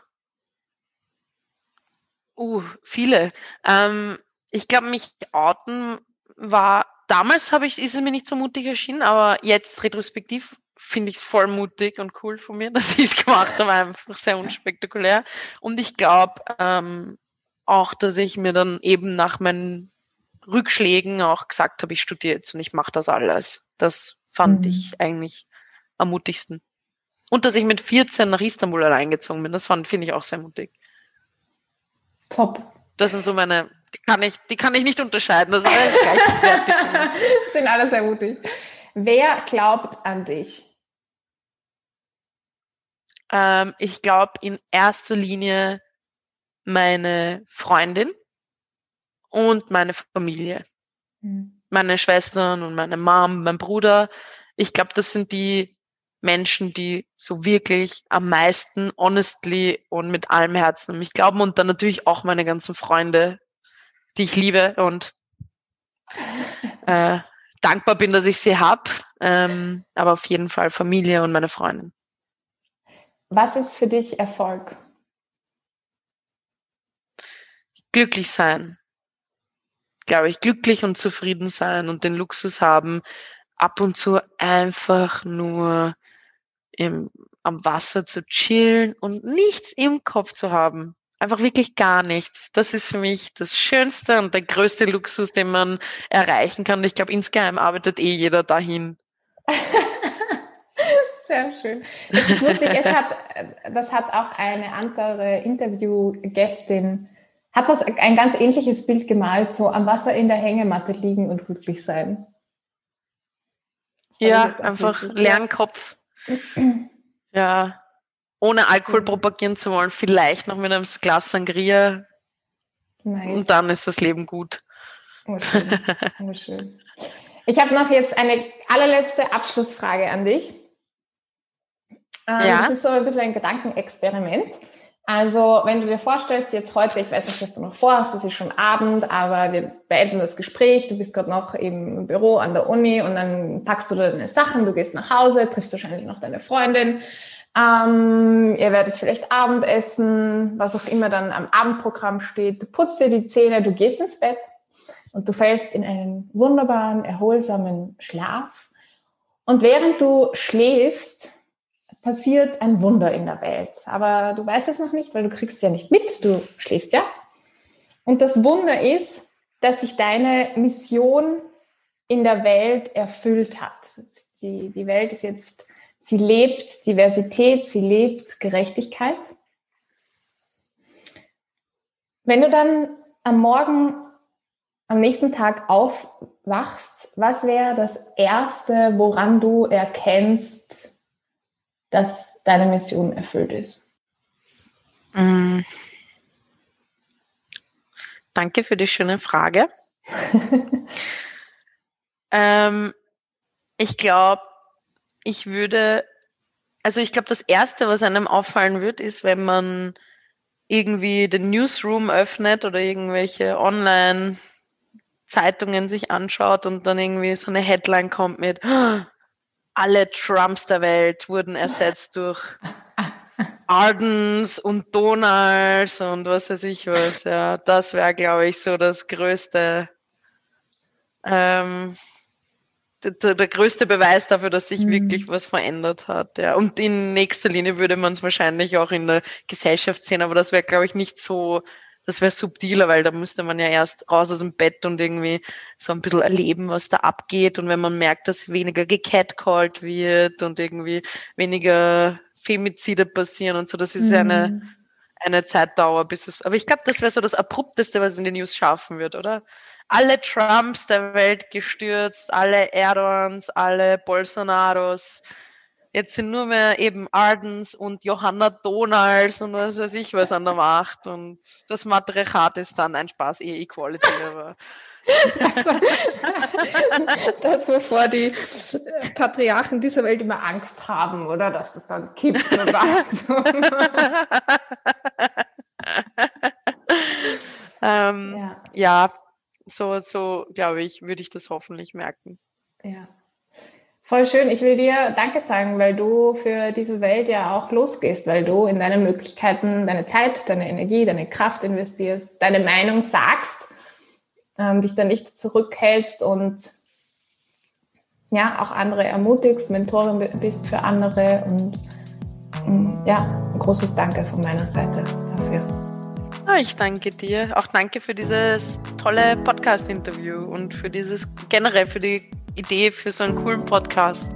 Uh, viele. Ähm, ich glaube, mich outen war, damals habe ich, ist es mir nicht so mutig erschienen, aber jetzt retrospektiv finde ich es voll mutig und cool von mir, dass ich es gemacht habe, einfach sehr unspektakulär. Und ich glaube ähm, auch, dass ich mir dann eben nach meinen Rückschlägen auch gesagt habe, ich studiere jetzt und ich mache das alles. Das fand mhm. ich eigentlich am mutigsten. Und dass ich mit vierzehn nach Istanbul allein gezogen bin, das fand, finde ich auch sehr mutig. Top. Das sind so meine, die kann ich, die kann ich nicht unterscheiden. Das ist alles gleichwertig. Sind alle sehr mutig. Wer glaubt an dich? Ähm, ich glaube in erster Linie meine Freundin und meine Familie. Mhm. Meine Schwestern und meine Mom, mein Bruder. Ich glaube, das sind die Menschen, die so wirklich am meisten honestly und mit allem Herzen an mich glauben und dann natürlich auch meine ganzen Freunde, die ich liebe und äh, dankbar bin, dass ich sie habe, ähm, aber auf jeden Fall Familie und meine Freundin. Was ist für dich Erfolg? Glücklich sein, glaube ich, glücklich und zufrieden sein und den Luxus haben, ab und zu einfach nur Im, am Wasser zu chillen und nichts im Kopf zu haben. Einfach wirklich gar nichts. Das ist für mich das Schönste und der größte Luxus, den man erreichen kann. Und ich glaube, insgeheim arbeitet eh jeder dahin. Sehr schön. Es ist lustig, es hat, das hat auch eine andere Interviewgästin, hat was, ein ganz ähnliches Bild gemalt, so am Wasser in der Hängematte liegen und glücklich sein. Ja, einfach leeren Kopf. Ja, ohne Alkohol mhm. propagieren zu wollen, vielleicht noch mit einem Glas Sangria. Nice. Und dann ist das Leben gut. Oh, schön. Oh, schön. Ich habe noch jetzt eine allerletzte Abschlussfrage an dich. Ähm, ja. Das ist so ein bisschen ein Gedankenexperiment. Also, wenn du dir vorstellst, jetzt heute, ich weiß nicht, was du noch vorhast, es ist schon Abend, aber wir beenden das Gespräch, du bist gerade noch im Büro an der Uni und dann packst du deine Sachen, du gehst nach Hause, triffst wahrscheinlich noch deine Freundin, ähm, ihr werdet vielleicht Abendessen, was auch immer dann am Abendprogramm steht, du putzt dir die Zähne, du gehst ins Bett und du fällst in einen wunderbaren, erholsamen Schlaf. Und während du schläfst, passiert ein Wunder in der Welt. Aber du weißt es noch nicht, weil du kriegst es ja nicht mit, du schläfst ja. Und das Wunder ist, dass sich deine Mission in der Welt erfüllt hat. Die, die Welt ist jetzt, sie lebt Diversität, sie lebt Gerechtigkeit. Wenn du dann am Morgen, am nächsten Tag aufwachst, was wäre das Erste, woran du erkennst, dass deine Mission erfüllt ist? Mm. Danke für die schöne Frage. ähm, ich glaube, ich würde, also ich glaube, das Erste, was einem auffallen wird, ist, wenn man irgendwie den Newsroom öffnet oder irgendwelche Online-Zeitungen sich anschaut und dann irgendwie so eine Headline kommt mit alle Trumps der Welt wurden ersetzt durch Ardens und Donalds und was weiß ich was. Ja, das wäre, glaube ich, so das größte, ähm, der, der größte Beweis dafür, dass sich mhm. wirklich was verändert hat. Ja. Und in nächster Linie würde man es wahrscheinlich auch in der Gesellschaft sehen, aber das wäre, glaube ich, nicht so, das wäre subtiler, weil da müsste man ja erst raus aus dem Bett und irgendwie so ein bisschen erleben, was da abgeht. Und wenn man merkt, dass weniger gecatcalled wird und irgendwie weniger Femizide passieren und so, das ist mhm. eine, eine Zeitdauer, bis es, aber ich glaube, das wäre so das Abrupteste, was in den News schaffen wird, oder? Alle Trumps der Welt gestürzt, alle Erdogans, alle Bolsonaros. Jetzt sind nur mehr eben Ardens und Johanna Donalds und was weiß ich was an der Macht. Und das Matriarchat ist dann ein Spaß, eh Equality, aber... Das, wovor die Patriarchen dieser Welt immer Angst haben, oder? Dass es dann kippt oder so. ähm, ja. ja, so, so glaube ich, würde ich das hoffentlich merken. Ja. Voll schön. Ich will dir Danke sagen, weil du für diese Welt ja auch losgehst, weil du in deine Möglichkeiten, deine Zeit, deine Energie, deine Kraft investierst, deine Meinung sagst, ähm, dich dann nicht zurückhältst und ja, auch andere ermutigst, Mentorin bist für andere und ähm, ja, ein großes Danke von meiner Seite dafür. Ah, ich danke dir. Auch danke für dieses tolle Podcast-Interview und für dieses generell, für die Idee für so einen coolen Podcast.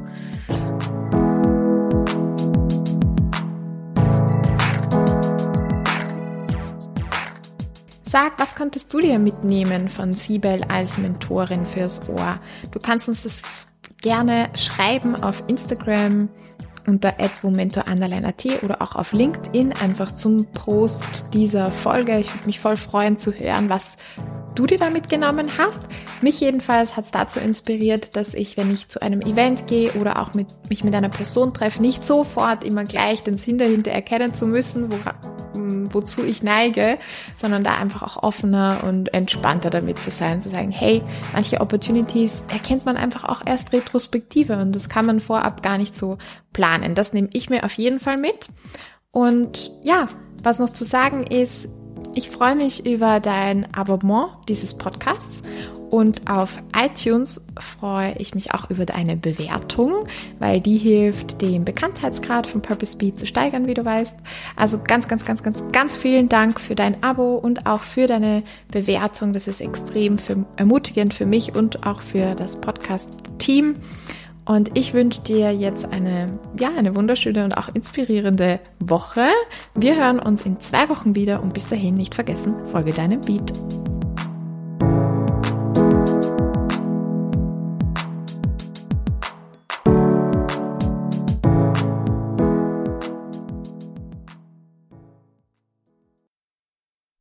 Sag, was konntest du dir mitnehmen von Sibel als Mentorin fürs Ohr? Du kannst uns das gerne schreiben auf Instagram unter at womentor underline at oder auch auf LinkedIn einfach zum Post dieser Folge. Ich würde mich voll freuen zu hören, was du dir da mitgenommen hast. Mich jedenfalls hat es dazu inspiriert, dass ich, wenn ich zu einem Event gehe oder auch mit, mich mit einer Person treffe, nicht sofort immer gleich den Sinn dahinter erkennen zu müssen, wo, wozu ich neige, sondern da einfach auch offener und entspannter damit zu sein, zu sagen, hey, manche Opportunities erkennt man einfach auch erst retrospektive und das kann man vorab gar nicht so planen. Das nehme ich mir auf jeden Fall mit. Und ja, was noch zu sagen ist, ich freue mich über dein Abonnement dieses Podcasts und auf iTunes freue ich mich auch über deine Bewertung, weil die hilft, den Bekanntheitsgrad von Purpose Beat zu steigern, wie du weißt. Also ganz, ganz, ganz, ganz, ganz vielen Dank für dein Abo und auch für deine Bewertung. Das ist extrem für, ermutigend für mich und auch für das Podcast-Team. Und ich wünsche dir jetzt eine, ja, eine wunderschöne und auch inspirierende Woche. Wir hören uns in zwei Wochen wieder und bis dahin nicht vergessen, folge deinem Beat.